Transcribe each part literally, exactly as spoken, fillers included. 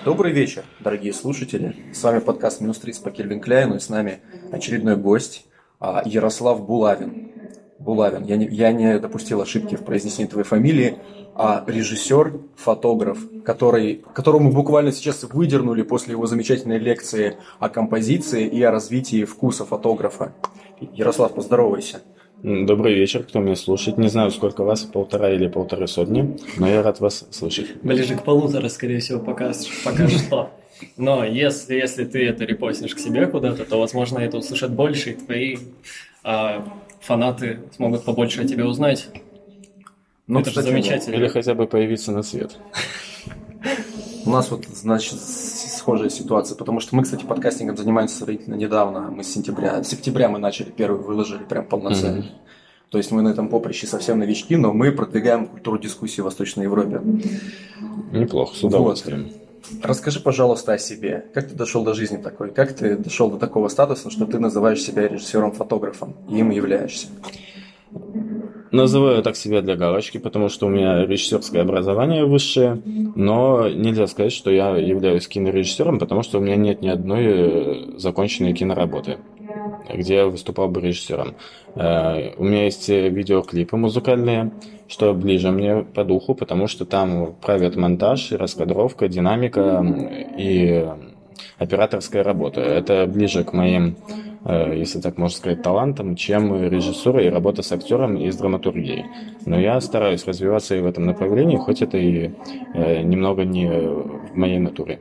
Добрый вечер, дорогие слушатели. С вами подкаст «Минус тридцать» по Кельвин Кляйну, и с нами очередной гость а, Ярослав Булавин. Булавин. Я не, я не допустил ошибки в произнесении твоей фамилии. А режиссер, фотограф, который, которого мы буквально сейчас выдернули после его замечательной лекции о композиции и о развитии вкуса фотографа. Ярослав, поздоровайся. Добрый вечер, кто меня слушает. Не знаю, сколько вас, полтора или полторы сотни, но я рад вас слышать. Ближе к полутора, скорее всего, пока, пока что. Но если, если ты это репостишь к себе куда-то, то, возможно, это услышат больше, и твои а, фанаты смогут побольше о тебе узнать. Ну, это кстати, же замечательно. Или хотя бы появиться на свет. У нас вот, значит, схожая ситуация, потому что мы, кстати, подкастингом занимаемся сравнительно недавно. Мы с сентября, с октября мы начали, первый выложили прям полноценно. Mm-hmm. То есть мы на этом поприще совсем новички, но мы продвигаем культуру дискуссии в Восточной Европе. Неплохо, с удовольствием. Вот. Расскажи, пожалуйста, о себе. Как ты дошел до жизни такой? Как ты дошел до такого статуса, что ты называешь себя режиссером-фотографом и им являешься? Называю так себя для галочки, потому что у меня режиссерское образование высшее, но нельзя сказать, что я являюсь кинорежиссером, потому что у меня нет ни одной законченной киноработы, где я выступал бы режиссером. У меня есть видеоклипы музыкальные, что ближе мне по духу, потому что там правят монтаж, раскадровка, динамика и операторская работа. Это ближе к моим, если так можно сказать, талантам, чем режиссура и работа с актером и с драматургией. Но я стараюсь развиваться и в этом направлении, хоть это и немного не в моей натуре.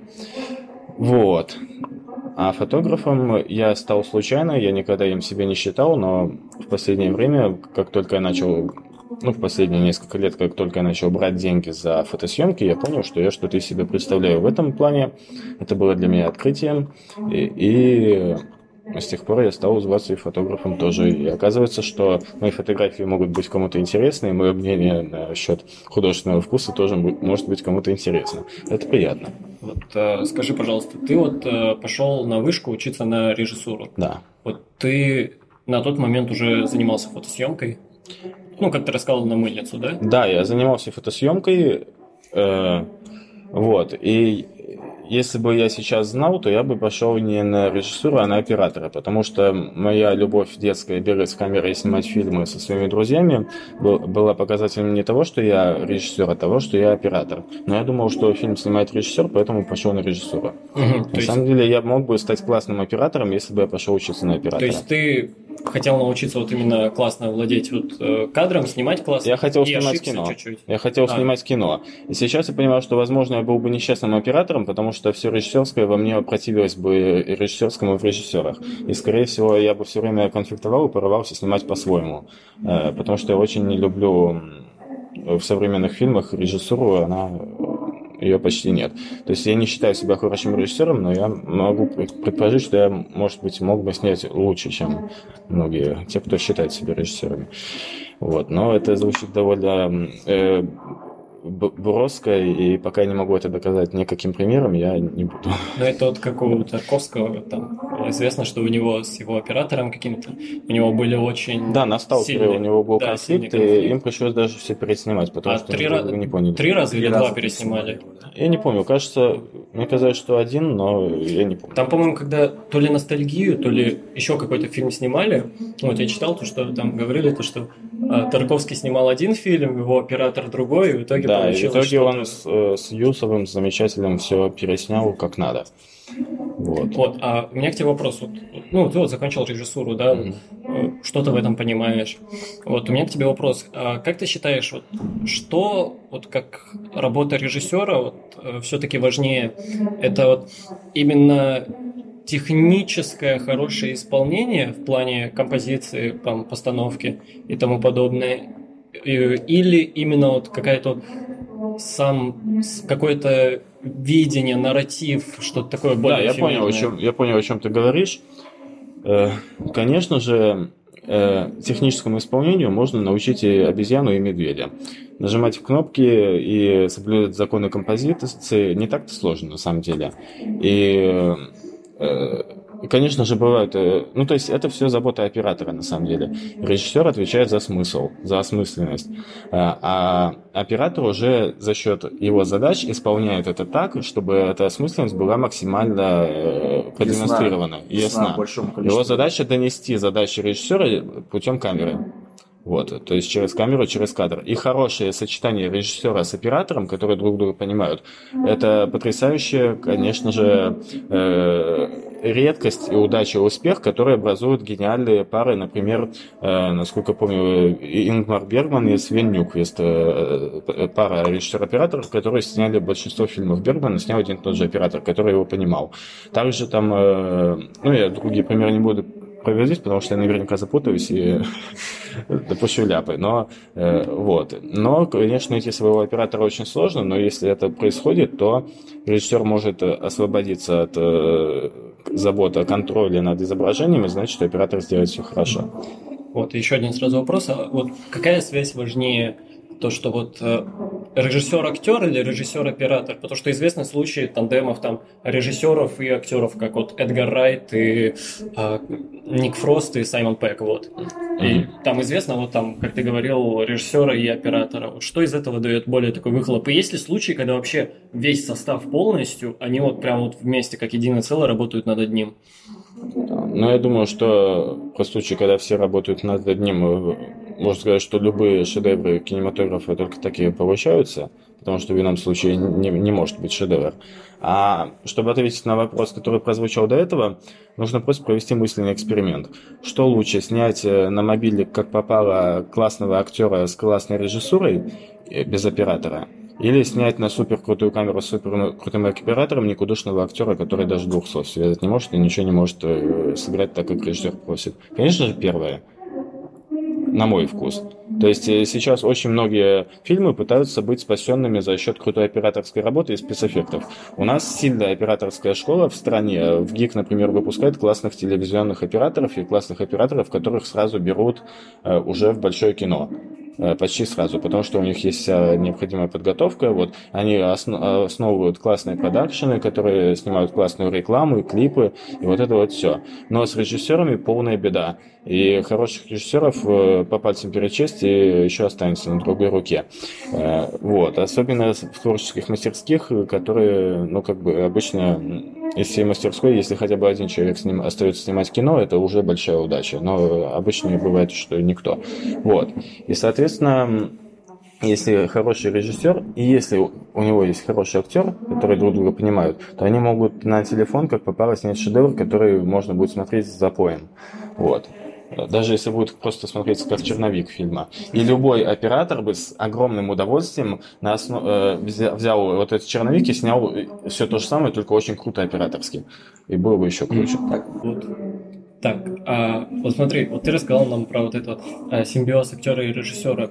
Вот. А фотографом я стал случайно, я никогда им себя не считал, но в последнее время, как только я начал, ну, в последние несколько лет, как только я начал брать деньги за фотосъемки, я понял, что я что-то из себя представляю в этом плане. Это было для меня открытием. И, и с тех пор я стал зваться и фотографом тоже. И оказывается, что мои фотографии могут быть кому-то интересны, и мое мнение насчет художественного вкуса тоже может быть кому-то интересно. Это приятно. Вот, э, скажи, пожалуйста, ты вот э, пошел на вышку учиться на режиссуру. Да. Вот ты на тот момент уже занимался фотосъемкой? Ну, как ты рассказал, на мыльницу, да? Да, я занимался фотосъемкой, э, вот, и если бы я сейчас знал, то я бы пошел не на режиссуру, а на оператора, потому что моя любовь детская бегать с камерой и снимать фильмы со своими друзьями была показателем не того, что я режиссер, а того, что я оператор. Но я думал, что фильм снимает режиссер, поэтому пошел на режиссуру. Угу, на есть... самом деле я мог бы стать классным оператором, если бы я пошел учиться на оператора. То есть ты хотел научиться вот именно классно владеть вот кадром, снимать классно? Я хотел снимать кино. Чуть-чуть. Я хотел а. снимать кино. И сейчас я понимаю, что, возможно, я был бы несчастным оператором, потому что все режиссерское во мне противилось бы режиссерскому в режиссерах. И, скорее всего, я бы все время конфликтовал и порывался снимать по-своему. Потому что я очень не люблю в современных фильмах режиссуру, она... ее почти нет. То есть я не считаю себя хорошим режиссером, но я могу предположить, что я, может быть, мог бы снять лучше, чем многие, те, кто считает себя режиссерами. Вот. Но это звучит довольно э, броско, и пока я не могу это доказать никаким примером, я не буду. Но это вот как у Тарковского, там известно, что у него с его оператором каким-то, у него были очень Да, на сталкере у него был да, конфликт, конфликт, и им пришлось даже все переснимать, потому а что три они раз, не поняли. Три раза или три два раза переснимали? Я не помню, кажется, мне казалось, что один, но я не помню. Там, по-моему, когда то ли ностальгию, то ли еще какой-то фильм снимали, вот я читал, то, что там говорили, то, что а, Тарковский снимал один фильм, его оператор другой, и в итоге да, получилось, и в итоге что-то... он с, с Юсовым, с замечательным, все переснял как надо. Вот. Вот, а у меня к тебе вопрос. Вот, ну, ты вот закончил режиссуру, да, mm-hmm. что ты в этом понимаешь. Вот, у меня к тебе вопрос. А как ты считаешь, вот, что вот как работа режиссера вот, все-таки важнее? Это вот именно техническое хорошее исполнение в плане композиции, там, постановки и тому подобное? Или именно вот какая-то вот сам какое-то видение, нарратив, что-то такое более Да, я эфемерное. понял, о чем, я понял, о чем ты говоришь. Э, конечно же, э, техническому исполнению можно научить и обезьяну, и медведя. Нажимать в кнопки и соблюдать законы композиции не так-то сложно, на самом деле. И э, конечно же, бывают... э, Ну, то есть, это все забота оператора, на самом деле. Режиссер отвечает за смысл, за осмысленность. А а оператор уже за счет его задач исполняет это так, чтобы эта осмысленность была максимально э, продемонстрирована и ясна. Его задача донести задачи режиссера путем камеры. Вот, то есть через камеру, через кадр. И хорошее сочетание режиссера с оператором, которые друг друга понимают, это потрясающая, конечно же, э, редкость и удача, и успех, которые образуют гениальные пары. Например, э, насколько помню, Ингмар Бергман и Свен Нюквист, э, пара режиссер-операторов, которые сняли большинство фильмов Бергмана, снял один и тот же оператор, который его понимал. Также там, э, ну, я другие примеры не буду проводить, потому что я наверняка запутаюсь и допущу ляпы. Но э, вот. Но, конечно, найти своего оператора очень сложно, но если это происходит, то режиссер может освободиться от э, заботы о контроле над изображением, и значит, что оператор сделает все хорошо. Вот, еще один сразу вопрос. А вот какая связь важнее? То, что вот э, режиссер-актер или режиссер-оператор? Потому что известны случаи тандемов там режиссеров и актеров, как вот Эдгар Райт и э, Ник Фрост и Саймон Пегг, вот. И mm-hmm. там известно, вот там, как ты говорил, режиссера и оператора. Вот что из этого дает более такой выхлоп? И есть ли случаи, когда вообще весь состав полностью, они вот прям вот вместе, как единое целое, работают над одним? Ну, я думаю, что про случаи, когда все работают над одним, можно сказать, что любые шедевры кинематографа только такие получаются, потому что в ином случае не, не может быть шедевр. А чтобы ответить на вопрос, который прозвучал до этого, нужно просто провести мысленный эксперимент. Что лучше, снять на мобильник, как попало, классного актера с классной режиссурой, без оператора, или снять на супер крутую камеру с супер крутым оператором никудышного актера, который даже двух слов связать не может и ничего не может сыграть так, как режиссер просит. Конечно же, первое. На мой вкус. То есть сейчас очень многие фильмы пытаются быть спасенными за счет крутой операторской работы и спецэффектов. У нас сильная операторская школа в стране. В ГИК, например, выпускает классных телевизионных операторов и классных операторов, которых сразу берут уже в большое кино. Почти сразу, потому что у них есть вся необходимая подготовка. Вот. Они основ, основывают классные продакшены, которые снимают классную рекламу и клипы, и вот это вот все. Но с режиссерами полная беда. И хороших режиссеров по пальцам перечесть и еще останется на другой руке. Вот. Особенно в творческих мастерских, которые, ну, как бы обычно из всей мастерской, если хотя бы один человек с ним остается снимать кино, это уже большая удача. Но обычно бывает, что никто. Вот. И, соответственно, если хороший режиссер, и если у него есть хороший актер, которые друг друга понимают, то они могут на телефон, как попало, снять шедевр, который можно будет смотреть с запоем. Вот. Даже если будет просто смотреться как черновик фильма. И любой оператор бы с огромным удовольствием на основ... э, взял вот этот черновик и снял все то же самое, только очень круто операторски. И было бы еще круче. Так, вот. Так, а, вот смотри, вот ты рассказал нам про вот этот а, симбиоз актера и режиссера.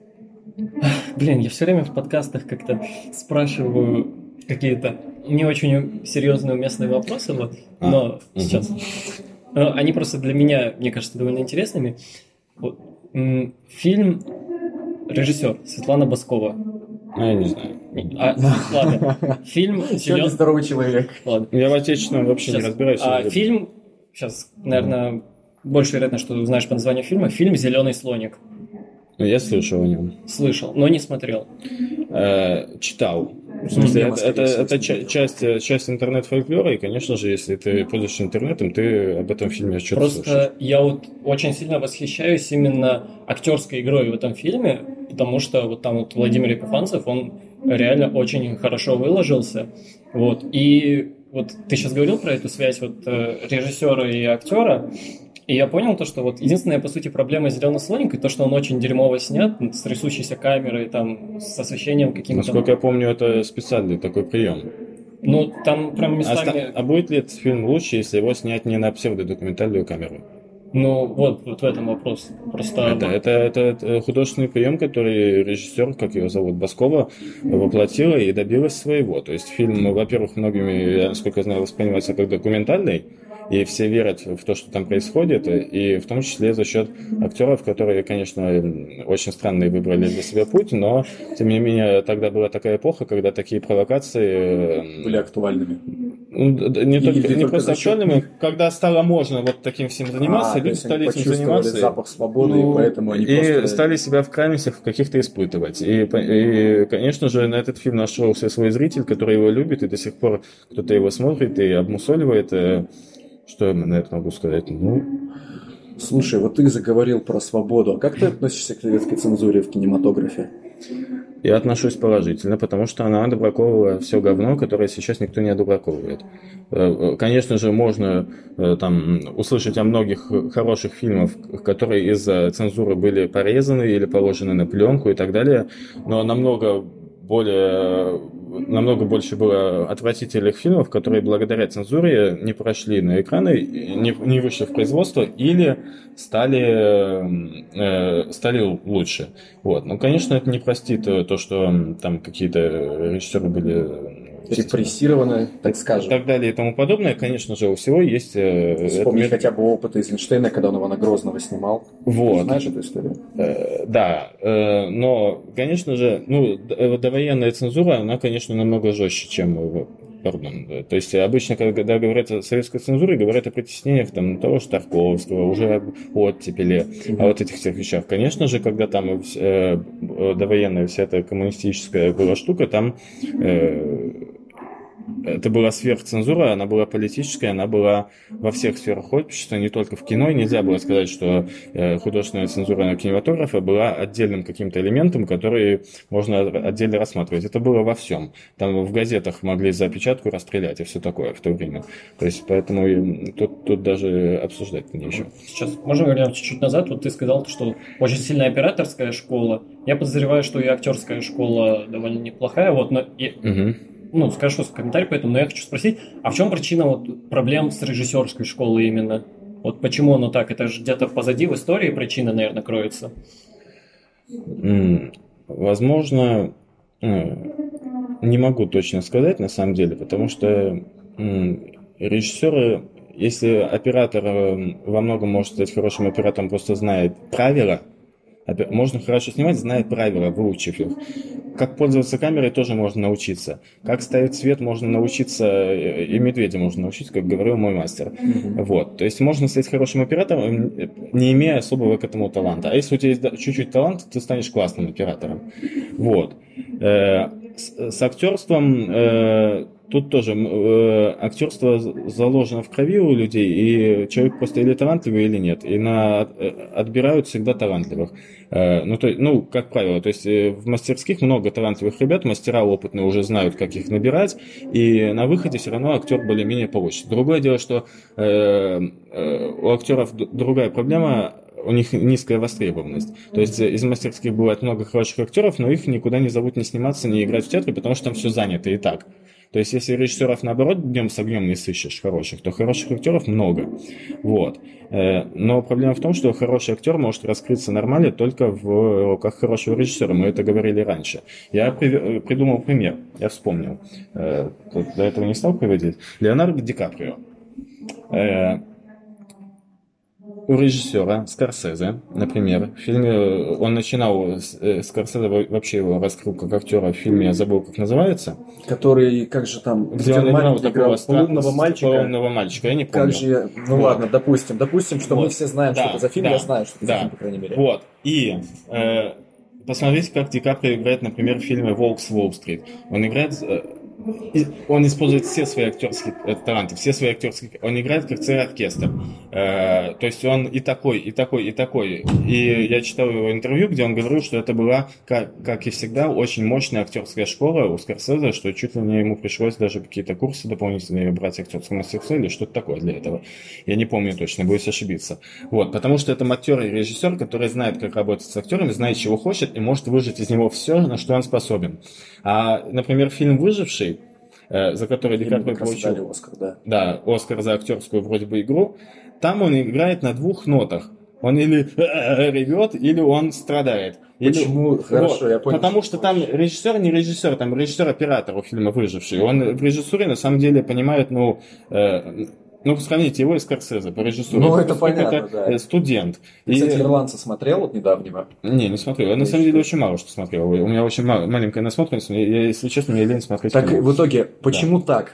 Блин, я все время в подкастах как-то спрашиваю какие-то не очень серьезные уместные вопросы, вот, но а, сейчас... Угу. Они просто для меня, мне кажется, довольно интересными. Вот. Фильм режиссер Светлана Баскова. А я не знаю. А, ладно. Фильм «Зеленый здоровый человек». Ладно. Я в отечественном вообще сейчас не разбираюсь. А, фильм, сейчас, наверное, mm. больше вероятно, что ты знаешь по названию фильма. Фильм «Зеленый слоник». Я слышал о нем. Слышал, но не смотрел. Э, читал. В смысле, это, это, это часть, часть интернет-фольклора, и, конечно же, если ты пользуешься интернетом, ты об этом фильме что-то Просто слышишь. Я вот очень сильно восхищаюсь именно актерской игрой в этом фильме, потому что вот там вот Владимир Епифанцев, он реально очень хорошо выложился. Вот. И вот ты сейчас говорил про эту связь вот режиссера и актера, и я понял то, что вот единственная, по сути, проблема «Зеленого слоника» то, что он очень дерьмово снят, с трясущейся камерой, там, с освещением каким-то. Насколько я помню, это специальный такой прием. Ну, там прям местами... А, а будет ли этот фильм лучше, если его снять не на псевдодокументальную камеру? Ну, вот, вот в этом вопрос. Просто... Это, это, это, это художественный прием, который режиссер, как его зовут, Баскова, воплотила и добилась своего. То есть фильм, во-первых, многими, насколько я знаю, воспринимается как документальный, и все верят в то, что там происходит, и в том числе за счет актеров, которые, конечно, очень странные выбрали для себя путь, но, тем не менее, тогда была такая эпоха, когда такие провокации... Были актуальными. Не только, Или не только просто за счет актуальными, них? когда стало можно вот таким всем заниматься, А, люди стали этим заниматься. запах свободы, ну, и поэтому они и просто... стали себя в крайностях каких-то испытывать. И, и, конечно же, на этот фильм нашелся свой зритель, который его любит, и до сих пор кто-то его смотрит и обмусоливает. Что я на это могу сказать? Ну... Слушай, вот ты заговорил про свободу. А как ты относишься к советской цензуре в кинематографе? Я отношусь положительно, потому что она отбраковывала все говно, которое сейчас никто не отбраковывает. Конечно же, можно там услышать о многих хороших фильмах, которые из-за цензуры были порезаны или положены на пленку и так далее, но намного более, намного больше было отвратительных фильмов, которые благодаря цензуре не прошли на экраны, не, не вышли в производство или стали, э, стали лучше. Вот. Ну, конечно, это не простит то, что там какие-то режиссеры были репрессированы, так скажем. И так далее и тому подобное. Конечно же, у всего есть... Вспомнить это... хотя бы опыт Эйзенштейна, когда он Ивана Грозного снимал. Вот. Ты знаешь эту историю? Э, да. Э, но, конечно же, ну, довоенная цензура, она, конечно, намного жестче, чем... Пардон. То есть обычно, когда говорят о советской цензуре, говорят о притеснениях там, того же Тарковского, уже об оттепели, mm-hmm. о вот этих всех вещах. Конечно же, когда там э, довоенная вся эта коммунистическая была штука, там... Э, это была сверхцензура, она была политическая, она была во всех сферах общества, не только в кино. И нельзя было сказать, что художественная цензура кинематографа была отдельным каким-то элементом, который можно отдельно рассматривать. Это было во всем. Там в газетах могли за опечатку расстрелять и все такое в то время. То есть, поэтому тут, тут даже обсуждать не еще. Сейчас можем вернемся чуть-чуть назад. Вот ты сказал, что очень сильная операторская школа. Я подозреваю, что и актерская школа довольно неплохая. Вот, но и... угу. Ну, скажу в комментарии, поэтому, но я хочу спросить, а в чем причина вот проблем с режиссерской школой именно? Вот почему оно так? Это же где-то позади в истории причина, наверное, кроется. Mm, возможно, не могу точно сказать на самом деле, потому что mm, режиссеры, если оператор во многом может стать хорошим оператором, просто знает правила, можно хорошо снимать, зная правила, выучив их. Как пользоваться камерой, тоже можно научиться. Как ставить свет, можно научиться, и медведя можно научиться, как говорил мой мастер. Mm-hmm. Вот. То есть можно стать хорошим оператором, не имея особого к этому таланта. А если у тебя есть чуть-чуть таланта, ты станешь классным оператором. Вот. С актерством тут тоже актерство заложено в крови у людей, и человек просто или талантливый, или нет. И на, отбирают всегда талантливых. Ну, то, ну, как правило, то есть в мастерских много талантливых ребят, мастера опытные уже знают, как их набирать, и на выходе все равно актер более-менее получится. Другое дело, что э, э, у актеров другая проблема, у них низкая востребованность. То есть из мастерских бывает много хороших актеров, но их никуда не зовут не сниматься, не играть в театре, потому что там все занято и так. То есть, если режиссеров, наоборот, днем с огнем не сыщешь хороших, то хороших актеров много. Вот. Но проблема в том, что хороший актер может раскрыться нормально только в руках хорошего режиссера. Мы это говорили раньше. Я придумал пример, я вспомнил. До этого не стал приводить. Леонардо Ди Каприо. У режиссера Скорсезе, например, в фильме, он начинал, Скорсезе вообще его раскрыл как актера в фильме, я забыл, как называется. Который, как же там, где, где он играл такого полунного мальчика. Полунного мальчика, я не помню. Как же, ну вот. Ладно, допустим, допустим, что вот. Мы все знаем, да, что это за фильм, да, я знаю, что это да. за фильм, по крайней мере. Вот, и э, посмотрите, как Ди Каприо играет, например, в фильме «Волк с Уолл-стрит». Он играет... Э, он использует все свои актерские таланты, все свои актерские... Он играет как целый оркестр. Э, то есть он и такой, и такой, и такой. И я читал его интервью, где он говорил, что это была, как, как и всегда, очень мощная актерская школа у Скорсезе, что чуть ли не ему пришлось даже какие-то курсы дополнительные брать актерское мастерство или что-то такое для этого. Я не помню точно, боюсь ошибиться. Вот, потому что это актер и режиссер, который знает, как работать с актерами, знает, чего хочет, и может выжать из него все, на что он способен. А, например, фильм «Выживший», за который Ди Каприо получил Оскар, да. Да, Оскар за актерскую вроде бы игру. Там он играет на двух нотах. Он или ревет, или он страдает. Почему? Или... Хорошо, вот. я понял. Потому что там режиссер не режиссер, там режиссер-оператор у фильма «Выживший». Он в режиссуре на самом деле понимает, ну... Э, Ну, сравните его и Скорсезе по режиссуре. Ну, это понятно, это да. Студент. Ты, и... кстати, «Ирландца» смотрел вот недавнего? Не, не смотрел. Я, на самом деле, очень мало что смотрел. У меня очень мало, маленькая насмотренность. Я, если честно, мне лень смотреть. Так, кино. в итоге, почему да. так?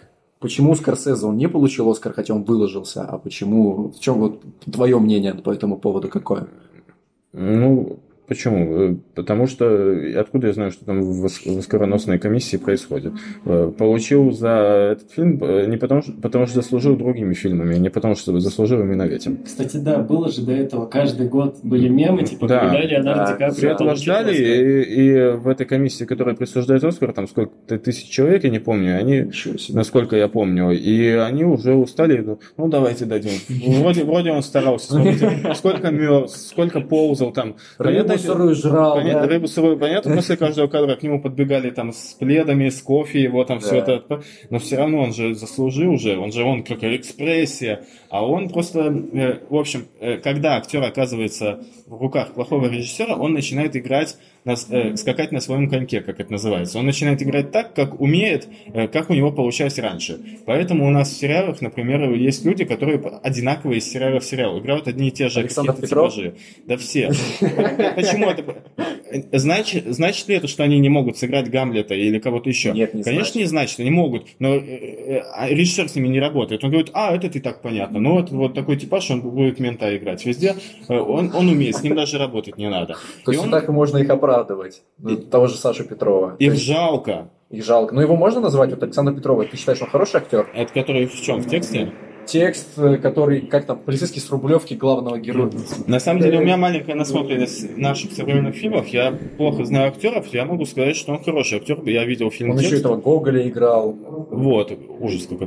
Почему Скорсезе он не получил Оскар, хотя он выложился, а почему, в чем вот твое мнение по этому поводу какое? Ну, почему? Потому что откуда я знаю, что там в оскароносной комиссии происходит? Получил за этот фильм не потому, что, потому что заслужил другими фильмами, не потому что заслужил именно этим. Кстати, да, было же до этого, каждый год были мемы, типа, да, когда Леонардо да, Ди Каприо. Все этого ждали, и, и в этой комиссии, которая присуждает Оскар, там сколько-то тысяч человек, я не помню, они, насколько я помню, и они уже устали, ну давайте дадим. Вроде, вроде он старался, смотрите, сколько мерз, сколько ползал там. Рыбу сырую жрал. Понятно, да? рыбу сырую, понятно, после каждого кадра к нему подбегали там с пледами, с кофе, его там Да. все это, но все равно он же заслужил уже, он же он как экспрессия, а он просто, э, в общем, э, когда актер оказывается в руках плохого режиссера, он начинает играть, на, э, скакать на своем коньке, как это называется. Он начинает играть так, как умеет, э, как у него получалось раньше. Поэтому у нас в сериалах, например, есть люди, которые одинаковые из сериала в сериал, играют одни и те же Александр Петров? типажи. Да все. Почему это? Значит, значит ли это, что они не могут сыграть Гамлета или кого-то еще? Нет, не Конечно, значит. не значит, они могут, но э, э, режиссер с ними не работает. Он говорит, а, это и так понятно. Ну, это вот такой типаж, он будет мента играть везде. Э, Он, он умеет, с ним даже работать не надо. То И есть он- так можно их оправдывать. Ну, того же Сашу Петрова. Их То есть жалко. их жалко. Но его можно назвать, вот Александр Петрова, ты считаешь, он хороший актер? Это который в чем? В тексте? Текст, э, который, как там, полицейский с Рублевки главного героя. На самом деле, у меня маленькая насмотренность наших современных фильмов. Я плохо знаю актеров. Я могу сказать, что он хороший актер. Я видел фильм Он еще «Текст». этого Гоголя играл. Вот, ужас какой.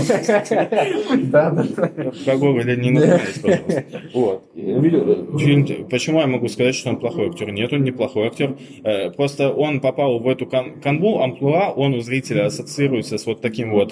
Вот. Да, да. Про Гоголя не напоминайте, пожалуйста. Вот. Я видел фильм. Почему я могу сказать, что он плохой актер? Нет, он не плохой актер. Э, Просто он попал в эту кан- канву, амплуа, он у зрителя ассоциируется с вот таким вот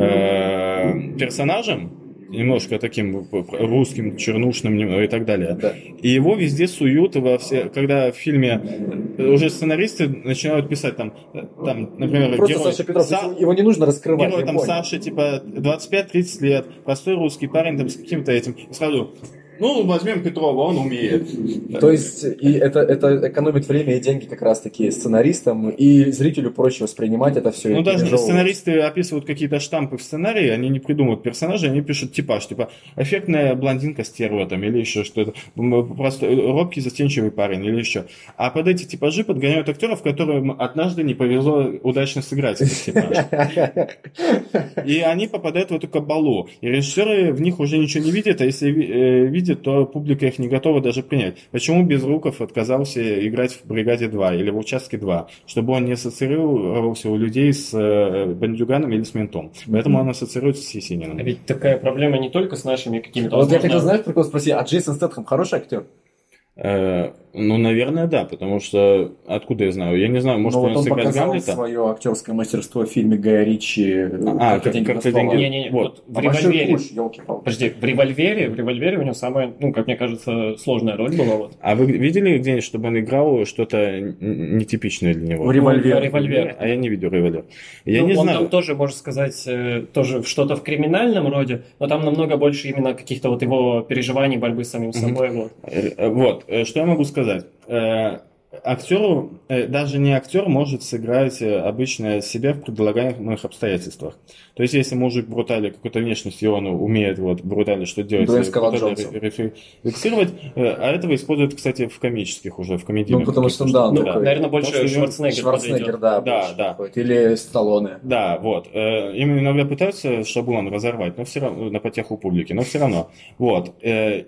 э, персонажем, немножко таким русским, чернушным ну, и так далее. Да. И его везде суют, во все, когда в фильме уже сценаристы начинают писать там, там например, Просто герой, Саша Петров, Са- его не нужно раскрывать. герой я там понял. Саша, типа, двадцать пять тридцать лет, простой русский парень там с каким-то этим, и сразу, ну, возьмем Петрова, он умеет. То есть и это, это экономит время и деньги как раз-таки сценаристам, и зрителю проще воспринимать это все. Ну, даже сценаристы описывают какие-то штампы в сценарии, они не придумывают персонажей, они пишут типаж, типа, эффектная блондинка стерва там, или еще что-то, просто робкий застенчивый парень, или еще. А под эти типажи подгоняют актеров, которым однажды не повезло удачно сыграть этот типаж. И они попадают в эту кабалу. И режиссеры в них уже ничего не видят, а если э, видят, то публика их не готова даже принять. Почему Безруков отказался играть в «Бригаде два» или в «Участке два», чтобы он не ассоциировался у людей с э, бандюганом или с ментом. Поэтому он ассоциируется с Есениным. А ведь такая проблема не только с нашими какими-то... Вот я возможно, хотел, знаешь, прикол спросить, а Джейсон Стэтхэм хороший актер? Э, ну, наверное, да, потому что откуда я знаю? Я не знаю, может, Ну, вот он он сыграть показал Гамлета? свое актерское мастерство в фильме Гая Ричи. А, как- деньги как на стволах». деньги. Не-не-не, Вот. вот в А большой «Револьвере». куш, елки-палки. Подожди, в «Револьвере», в «Револьвере» у него самая, ну, как мне кажется, сложная роль была. Вот. А вы видели где-нибудь, чтобы он играл что-то н- нетипичное для него? В «Револьвере». Ну, «Револьвер». А я не видел «Револьвер». Я Ну, не он знаю. там тоже, можно сказать, э, тоже что-то в криминальном роде, но там намного больше именно каких-то вот его переживаний, борьбы с самим собой. Вот. Э, э, Вот, э, что я могу сказать. Э, Актеру, э, даже не актер может сыграть э, обычно себя в предлагаемых обстоятельствах. То есть, если мужик брутали какой-то внешности, и он умеет вот брутально что делать, Дуэйн э, Скала брутально Джонсон. ре- рефлексировать, э, а этого используют, кстати, в комических уже, в комедийных. Ну, потому что, каких-то да, он штуках. такой. Наверное, больше Потому что Шварценеггер, Шварценеггер, подойдет. да. Да, больше да. подходит. Или Сталлоне. Да, вот. Э, Им иногда пытаются шаблон разорвать, но все равно на потеху публики, но все равно. Вот. Э,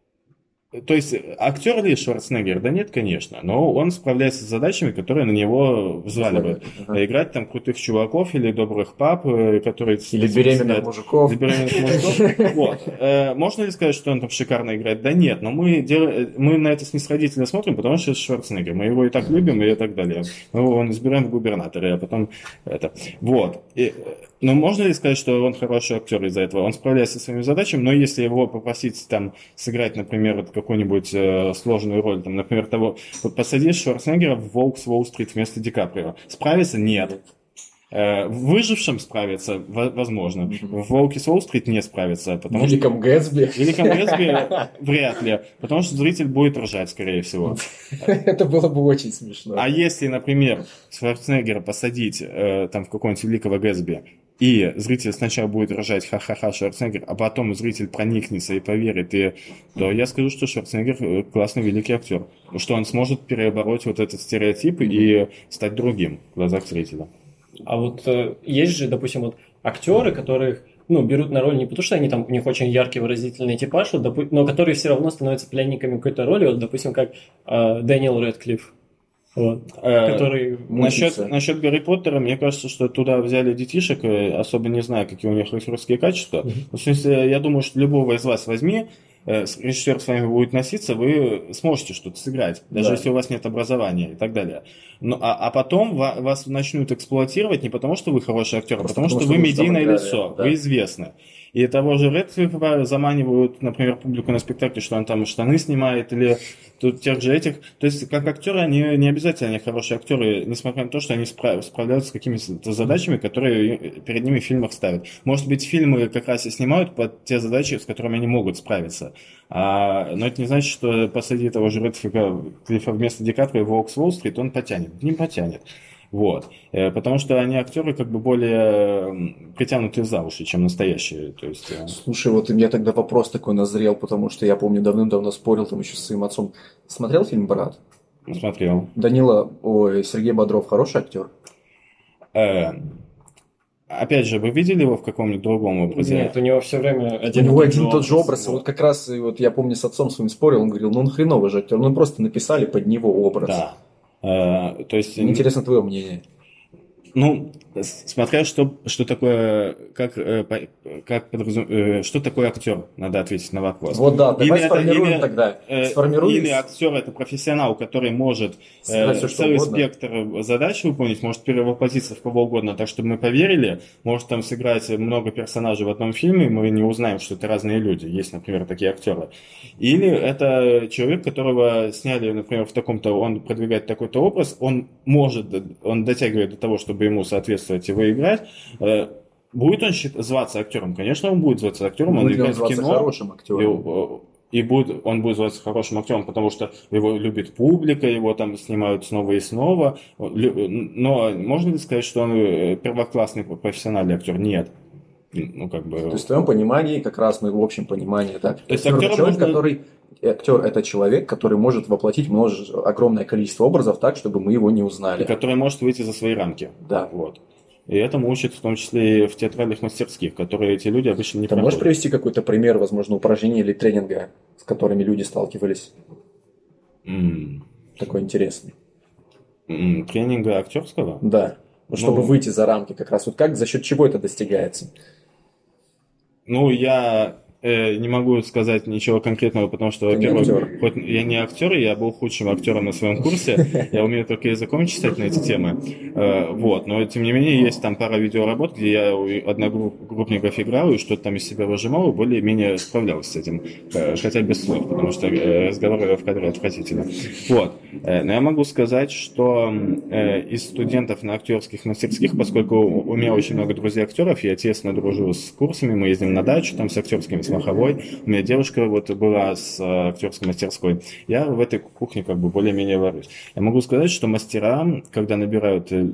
То есть актер ли Шварценеггер? Да нет, конечно, но он справляется с задачами, которые на него взваливают. Ага. Играть там крутых чуваков или добрых пап, э, которые... Или беременных мужиков. Или беременных мужиков. Вот. Э, Можно ли сказать, что он там шикарно играет? Да нет, но мы, дел- мы на это снисходительно смотрим, потому что это Шварценеггер. Мы его и так любим, и так далее. Мы его избираем в губернаторы, а потом это. Вот. И, но можно ли сказать, что он хороший актер из-за этого? Он справляется со своими задачами, но если его попросить там сыграть, например, вот какую-нибудь э, сложную роль, там, например, того, вот посадить Шварценеггера в «Волк с Уолл-стрит» вместо Ди Каприо. Справится? Нет. Э, В «Выжившем» справится? Во- Возможно. В «Волке с Уолл-стрит» не справится, В потому что Великом Гэтсби. в «Великом Гэтсби» вряд ли, потому что зритель будет ржать, скорее всего. Это было бы очень смешно. А если, например, Шварценеггера посадить э, там в какого-нибудь «Великого Гэтсби», и зритель сначала будет ржать ха-ха-ха Шварценеггер, а потом зритель проникнется и поверит, и, то я скажу, что Шварценеггер классный великий актер. Что он сможет перебороть вот этот стереотип и стать другим в глазах зрителя. А вот э, есть же, допустим, вот актеры, которых ну, берут на роль не потому, что они там, у них очень яркий выразительный типаж, вот, допу- но которые все равно становятся пленниками какой-то роли, вот, допустим, как э, Дэниел Рэдклифф. Вот, Э, который Насчет, мучится. насчет Гарри Поттера, мне кажется, что туда взяли детишек, э, особо не знаю, какие у них актерские качества. Но, в смысле, я думаю, что любого из вас возьми, э, с- режиссер с вами будет носиться, вы сможете что-то сыграть, даже Да. если у вас нет образования и так далее. Ну, а, а потом ва- вас начнут эксплуатировать не потому, что вы хороший актер, а Просто потому, потому, что что вы вы уже там медийное играли, лицо, да. вы известны. И того же Рэдклиффа заманивают, например, публику на спектакле, что он там штаны снимает, или тут тех же этих. То есть, как актеры, они не обязательно они хорошие актеры, несмотря на то, что они спра- справляются с какими-то задачами, которые перед ними в фильмах ставят. Может быть, фильмы как раз и снимают под те задачи, с которыми они могут справиться. А, но это не значит, что посади того же Рэдклиффа вместо Ди Каприо в «Волк с Уолл-стрит», он потянет. Не потянет. Вот. Э, Потому что они актеры как бы более м, притянутые за уши, чем настоящие. То есть, э, Слушай, вот у меня тогда вопрос такой назрел, потому что я помню, давным-давно спорил там еще с своим отцом. Смотрел фильм «Брат»? смотрел. Данила, ой, Сергей Бодров хороший актер? Э, Опять же, вы видели его в каком-нибудь другом образе? Нет, у него все время У один и него тот один же и тот же образ. образ, и вот как раз, и вот я помню, с отцом своим спорил, он говорил, ну он хреновый же актер, ну просто написали под него образ. Да. Э, то есть, Мне интересно твое мнение. ну, с- смотря что, что такое, как, э, по- как подразум- э, что такое актер, надо ответить на вопрос. Вот да, давай Или это- сформируем или, тогда. э, Сформируем. Или актер это профессионал, который может э, Сыграть всё, что целый угодно. спектр задач выполнить, может перевоплотиться в кого угодно, так чтобы мы поверили, может там сыграть много персонажей в одном фильме, и мы не узнаем, что это разные люди. Есть, например, такие актеры. Или это человек, которого сняли, например, в таком-то, он продвигает такой-то образ, он может, он дотягивает до того, чтобы ему соответствовать и выиграть. Э, Будет он счит- зваться актером? Конечно, он будет зваться актером, он Будет ли он играет в зваться кино. хорошим актером? И, и будет, он будет зваться хорошим актером, потому что его любит публика, его там снимают снова и снова. Лю- Но можно ли сказать, что он э, первоклассный профессиональный актер? Нет. Ну, как бы... То есть в твоем понимании, как раз мы в общем понимании, так. То есть актер это актером человек, можно- который актер это человек, который может воплотить множество, огромное количество образов так, чтобы мы его не узнали. который может выйти за свои рамки. Да. Вот. И этому учат в том числе и в театральных мастерских, которые эти люди обычно не Ты можешь проходят. привести какой-то пример, возможно, упражнения или тренинга, с которыми люди сталкивались? М, Такой интересный. м, Тренинга актерского? Да. Вот чтобы Ну- выйти за рамки, как раз вот как, за счет чего это достигается? Ну, я э, не могу сказать ничего конкретного, потому что, Ты не во-первых, актер. хоть я не актер, я был худшим актером на своем курсе, я умею только языком читать на эти темы, Э, вот, но тем не менее есть там пара видеоработ, где я у одногруппников играл и что-то там из себя выжимал и более-менее справлялся с этим, э, хотя без слов, потому что э, разговоры в кадре отвратительно. Вот, Э, но я могу сказать, что э, из студентов на актерских мастерских, поскольку у меня очень много друзей-актеров, я тесно дружу с курсами, мы ездим на дачу, там с актерскими, с Маховой, у меня девушка вот была с э, актерской мастерской, я в этой кухне как бы более-менее варюсь. Я могу сказать, что мастера, когда набирают э,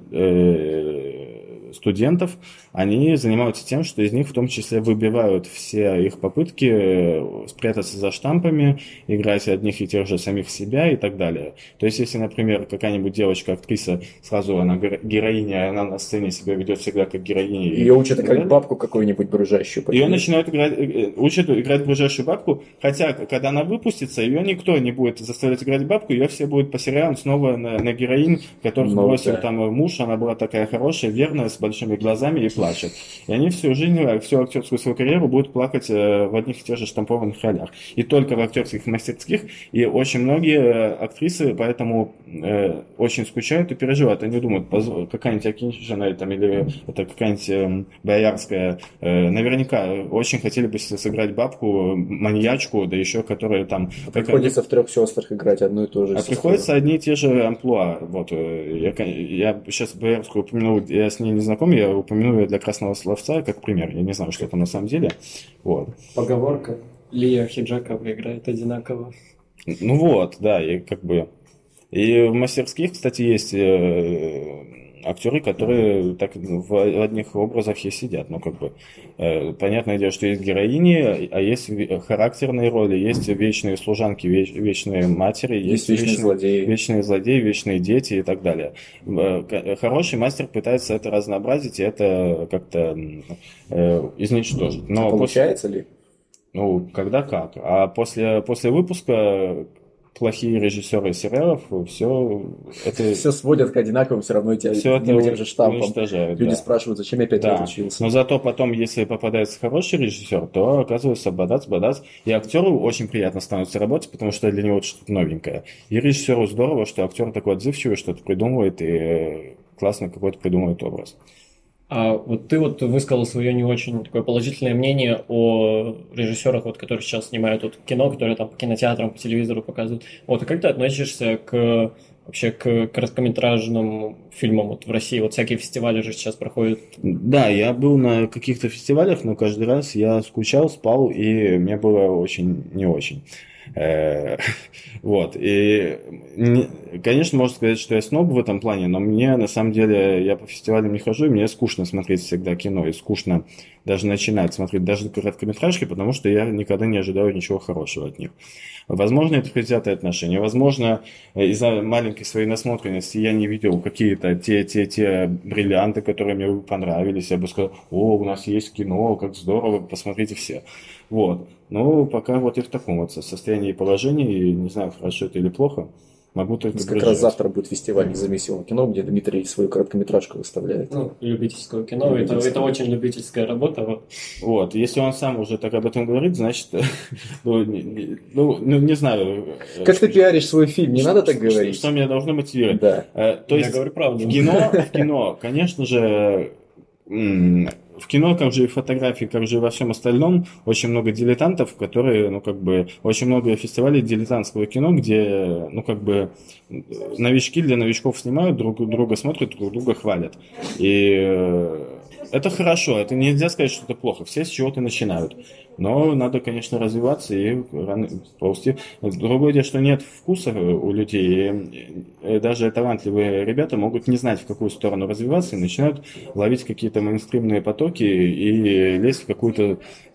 э, студентов, они занимаются тем, что из них в том числе выбивают все их попытки э, спрятаться за штампами, играть одних и тех же самих себя и так далее. То есть, если, например, какая-нибудь девочка, актриса, сразу она геро- героиня, она на сцене себя ведет всегда как героиня. и Ее учат так играть далее. бабку какую-нибудь брюжащую. Ее начинают играть, э, учат играть ближайшую бабку, хотя, когда она выпустится, ее никто не будет заставлять играть бабку, ее все будут по сериалам снова на, на героинь, которых Ну, бросил да. там муж, она была такая хорошая, верная, с большими глазами и плачет. И они всю жизнь, э, всю актерскую свою карьеру будут плакать э, в одних и тех же штампованных ролях. И только в актерских мастерских, и очень многие э, актрисы поэтому э, очень скучают и переживают. Они думают, поз- какая-нибудь Акиньшина там, или это какая-нибудь э, Боярская, э, наверняка очень хотели бы сыграть бабку, маньячку, да еще которая там... Приходится в трех сестрах играть одну и ту же А сестру. приходится одни и те же амплуа. Вот, э, я, кон- я сейчас Боярскую упомянул, я с ней не знаком, я упомяну ее для красного словца как пример. Я не знаю, что это на самом деле. Вот. Поговорка. Лия Хиджакова играет одинаково. Ну вот, да, и как бы... И в мастерских, кстати, есть э, актеры, которые так в одних образах и сидят. Ну, как бы, э, понятное дело, что есть героини, а есть характерные роли, есть вечные служанки, веч, вечные матери, есть, есть вечные, вечные злодеи. вечные злодеи, вечные дети и так далее. Хороший мастер пытается это разнообразить и это как-то э, изничтожить. Но получается после, ли? Ну, когда как. А после, после выпуска плохие режиссеры сериалов, все это... Все сводят к одинаковым, все равно тебя все одним и тем же штампом. Люди да. спрашивают, зачем я опять да. разучился. Но зато потом, если попадается хороший режиссер, то оказывается бадац, бадац. И актеру очень приятно становится работать, потому что для него это что-то новенькое. И режиссеру здорово, что актер такой отзывчивый, что-то придумывает и классно какой-то придумывает образ. А вот ты вот высказал свое не очень такое положительное мнение о режиссерах, вот, которые сейчас снимают вот кино, которые там по кинотеатрам, по телевизору показывают. Вот, и как ты относишься к вообще к короткометражным фильмам вот в России? Вот всякие фестивали же сейчас проходят. Да, я был на каких-то фестивалях, но каждый раз я скучал, спал, и мне было очень не очень. Вот, и, конечно, можно сказать, что я сноб в этом плане, но мне, на самом деле, я по фестивалям не хожу, и мне скучно смотреть всегда кино, и скучно даже начинать смотреть даже короткометражки, потому что я никогда не ожидаю ничего хорошего от них. Возможно, это предвзятое отношение, возможно, из-за маленькой своей насмотренности я не видел какие-то те, те, те бриллианты, которые мне понравились, я бы сказал, о, у нас есть кино, как здорово, посмотрите все. Вот. Но пока вот и в таком вот состоянии и положении, и не знаю, хорошо это или плохо, могу только как раз завтра будет фестиваль независимого кино, где Дмитрий свою короткометражку выставляет. Ну, любительского кино, это, это очень любительская работа. Вот. вот, если он сам уже так об этом говорит, значит, ну, не, ну, не знаю. Как ты пиаришь свой фильм, не надо так говорить. Что меня должно мотивировать. Да. То есть, я говорю правду. В кино, в кино, конечно же, в кино, как же и в фотографии, как же и во всем остальном, очень много дилетантов, которые, ну, как бы, очень много фестивалей дилетантского кино, где, ну, как бы, новички для новичков снимают, друг друга смотрят, друг друга хвалят. И это хорошо, это нельзя сказать, что это плохо. Все с чего-то начинают. Но надо, конечно, развиваться и ползти. Другое дело, что нет вкуса у людей. И даже талантливые ребята могут не знать, в какую сторону развиваться, и начинают ловить какие-то мейнстримные потоки и лезть в какую-то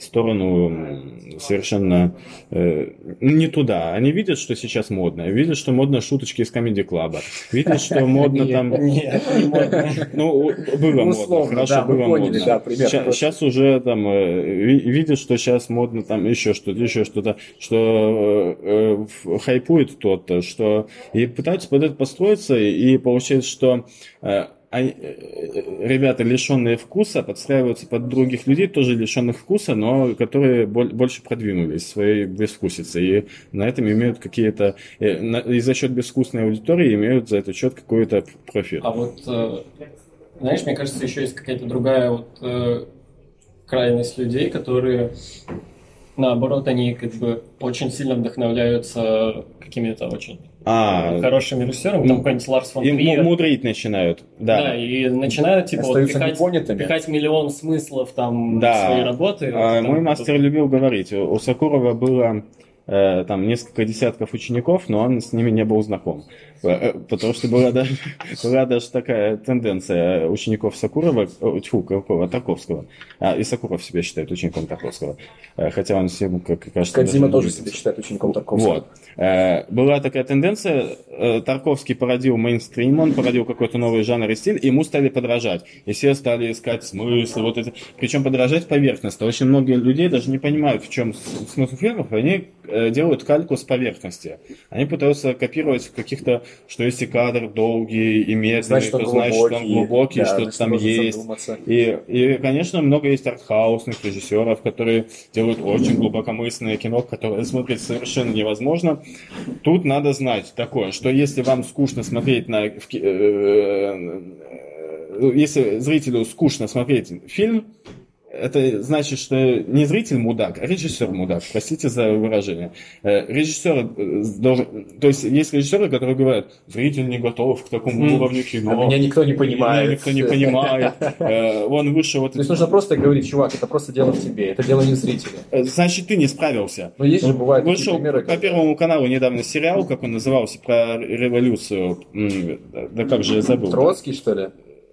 сторону совершенно э, не туда. Они видят, что сейчас модно. Видят, что модно шуточки из комеди-клаба. Видят, что модно там... Нет, не модно. Ну, было модно. Хорошо, было модно. Сейчас уже там видят, что сейчас модно там еще что-то, еще что-то, что э, э, хайпует кто-то, что и пытаются под это построиться, и получается, что э, они, э, ребята, лишенные вкуса, подстраиваются под других людей, тоже лишенных вкуса, но которые боль, больше продвинулись своей безвкусицей, и на этом имеют какие-то, э, на, и за счет безвкусной аудитории имеют за этот счет какой-то профит. А вот, э, знаешь, мне кажется, еще есть какая-то другая вот э, крайность людей, которые, наоборот, они как бы очень сильно вдохновляются какими-то очень а, хорошими режиссерами, там какой-нибудь Ларс фон Триер. И мудрить начинают, да. Да, и начинают типа вот, пихать, пихать миллион смыслов там да. в свои работы. А, вот, мой там, мастер тут... любил говорить, у Сокурова было э, там несколько десятков учеников, но он с ними не был знаком. Потому что была даже, была даже такая тенденция учеников Сокурова, тьфу, какого, Тарковского. А, и Сокуров себя считает учеником Тарковского. Хотя он всем, как кажется... Кодзима тоже себя считает учеником Тарковского. Вот. Была такая тенденция, Тарковский породил мейнстрим, он породил какой-то новый жанр и стиль, и ему стали подражать. И все стали искать смысл, вот это. Причем подражать поверхностно. Очень многие людей даже не понимают, в чем смысл фильмов, они делают кальку с поверхности. Они пытаются копировать каких-то, что если кадр долгий и медленный, значит, то значит, что он глубокий, да, что-то там есть. И, и, конечно, много есть артхаусных режиссеров, которые делают очень глубокомысленное кино, которое смотреть совершенно невозможно. Тут надо знать такое, что если вам скучно смотреть на... Если зрителю скучно смотреть фильм, это значит, что не зритель мудак, а режиссер мудак. Простите за выражение. Режиссер должен... То есть есть режиссеры, которые говорят, зритель не готов к такому mm. уровню кино. Меня никто не понимает. Меня никто не понимает. Он выше вот... То есть нужно просто говорить, чувак, это просто дело в тебе, это дело не в зрителе. Значит, ты не справился. Но есть же бывают Вышел примеры, по Первому каналу недавно сериал, как он назывался, про революцию. Да как же я забыл. Троцкий, что ли?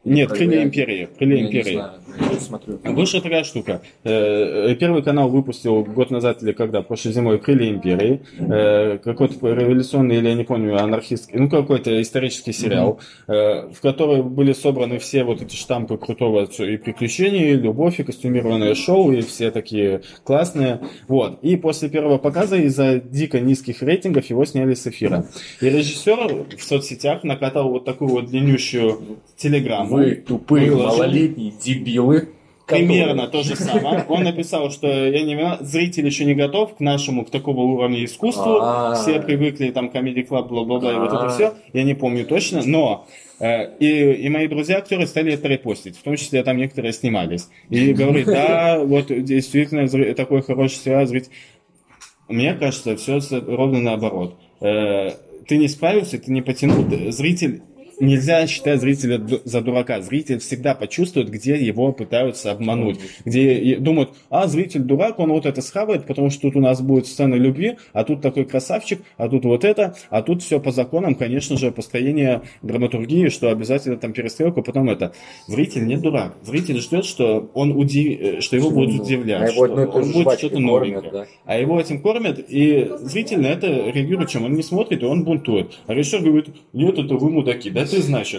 Нет, «Крылья империи». «Крылья Я не империи». знаю, я не смотрю. Вышла такая штука. Э, Первый канал выпустил год назад или когда, прошлой зимой, «Крылья империи». Э, Какой-то революционный, или я не помню, анархистский, ну какой-то исторический сериал, mm-hmm. в который были собраны все вот эти штампы крутого и приключений, и любовь, и костюмированное шоу, и все такие классные. Вот. И после первого показа из-за дико низких рейтингов его сняли с эфира. И режиссер в соцсетях накатал вот такую вот длиннющую телеграмму. Вы тупые выложил. Малолетние дебилы. Примерно то же самое. Он написал, что я не виноват, зритель еще не готов к нашему, к такому уровню искусству. А-а-а. Все привыкли, там, Comedy Club, бла-бла-бла, и вот это все. Я не помню точно, но э, и, и мои друзья-актеры стали это репостить, в том числе там некоторые снимались. И говорят, да, вот действительно такой хороший сериал, зритель. Мне кажется, все ровно наоборот. Э, ты не справился, ты не потянул, зритель... Нельзя считать зрителя за дурака. Зритель всегда почувствует, где его пытаются обмануть. Где думают, а, зритель дурак, он вот это схавает, потому что тут у нас будет сцена любви, а тут такой красавчик, а тут вот это, а тут все по законам, конечно же, построение драматургии, что обязательно там перестрелку, потом это. Зритель не дурак. Зритель ждет, что, он удив... что его будут удивлять, а что он будет что-то новенькое. Да. А его этим кормят, и зритель на это реагирует, чем он не смотрит, и он бунтует. А режиссер говорит, нет, это вы мудаки, да? Ты, значит.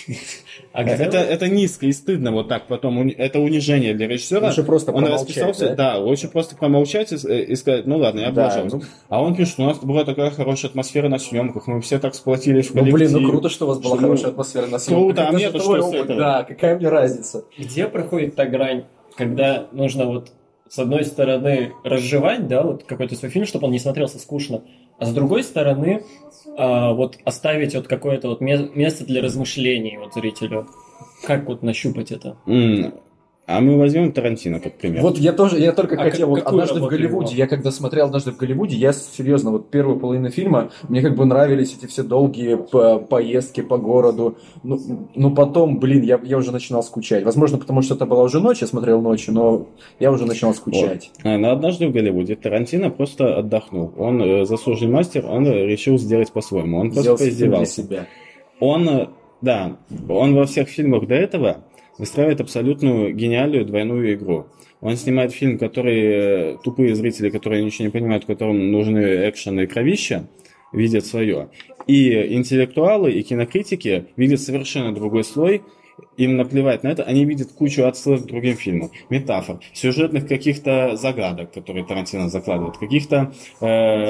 А это, это низко и стыдно вот так потом. Это унижение для режиссера. Лучше просто он расписался, да? да, лучше просто промолчать и, и сказать, ну ладно, я облажался. Да, ну... А он пишет, у нас была такая хорошая атмосфера на съемках, мы все так сплотились в коллектив. Ну блин, ну круто, что у вас была что, хорошая атмосфера на съемках. Круто, а мне-то что с этого? Да, какая мне разница? Где проходит та грань, когда нужно вот с одной стороны разжевать, да, вот какой-то свой фильм, чтобы он не смотрелся скучно, а с другой стороны а, вот оставить вот какое-то вот место для размышлений вот зрителю. Как вот нащупать это? Mm. А мы возьмем Тарантино как пример. Вот я тоже, я только а хотел, как, вот однажды в Голливуде, его? я когда смотрел однажды в Голливуде, я серьезно, вот первую половину фильма, мне как бы нравились эти все долгие по поездки по городу, ну, ну потом, блин, я, я уже начинал скучать. Возможно, потому что это была уже ночь, я смотрел ночью, но я уже начинал скучать. Вот. А, но однажды в Голливуде Тарантино просто отдохнул. Он э, заслуженный мастер, он решил сделать по-своему. Он Сделал просто поиздевался. Себя. Он, да, он во всех фильмах до этого выстраивает абсолютную гениальную двойную игру. Он снимает фильм, который тупые зрители, которые ничего не понимают, которым нужны экшен и кровища, видят свое. И интеллектуалы, и кинокритики видят совершенно другой слой. Им наплевать на это, они видят кучу отсылок к другим фильмам, метафор, сюжетных каких-то загадок, которые Тарантино закладывает, каких-то э,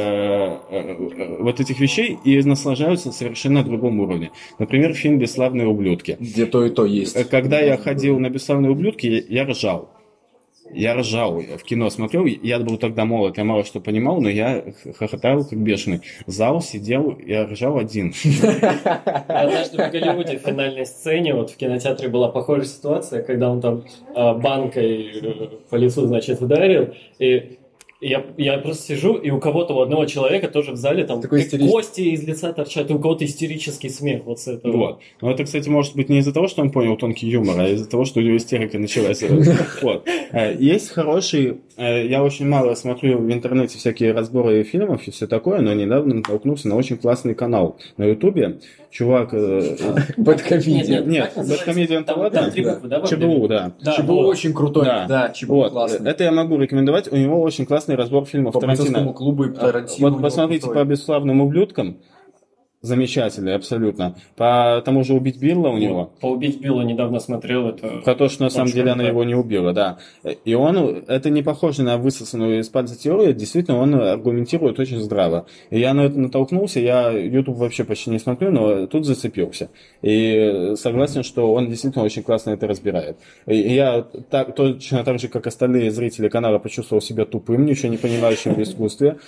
э, вот этих вещей, и наслаждаются совершенно другом уровне. Например, фильм «Бесславные ублюдки». Где то и то есть. Когда я ходил на «Бесславные ублюдки», я, я ржал. Я ржал, я в кино смотрел, я был тогда молод, я мало что понимал, но я хохотал как бешеный. Зал сидел, я ржал один. Однажды в Голливуде в финальной сцене, вот в кинотеатре была похожая ситуация, когда он там банкой по лицу, значит, ударил, и Я, я просто сижу, и у кого-то, у одного человека тоже в зале там истерич... кости из лица торчат, и у кого-то истерический смех вот с этого. Вот. Но это, кстати, может быть не из-за того, что он понял тонкий юмор, а из-за того, что у него истерика началась. Вот. Есть хороший... Я очень мало смотрю в интернете всякие разборы фильмов и все такое, но недавно натолкнулся на очень классный канал на Ютубе. Чувак... Бэдкомедиан. Нет, Бэдкомедиан-то ладно. ЧБУ, да. ЧБУ очень крутой. Да, ЧБУ классный. Это я могу рекомендовать. У него очень классный разбор фильмов по Тарантино. Клубу и Тарантино. Вот посмотрите по «Бесславным ублюдкам». Замечательный, абсолютно. По тому же «Убить Билла» у него. По «Убить Билла» недавно смотрел. Это про то, что на самом деле она его не убила, да. И он, это не похоже на высосанную из пальца теорию, действительно он аргументирует очень здраво. И я на это натолкнулся, я YouTube вообще почти не смотрю, но тут зацепился. И согласен, что он действительно очень классно это разбирает. И я так, точно так же, как остальные зрители канала, почувствовал себя тупым, ничего не понимающим в искусстве.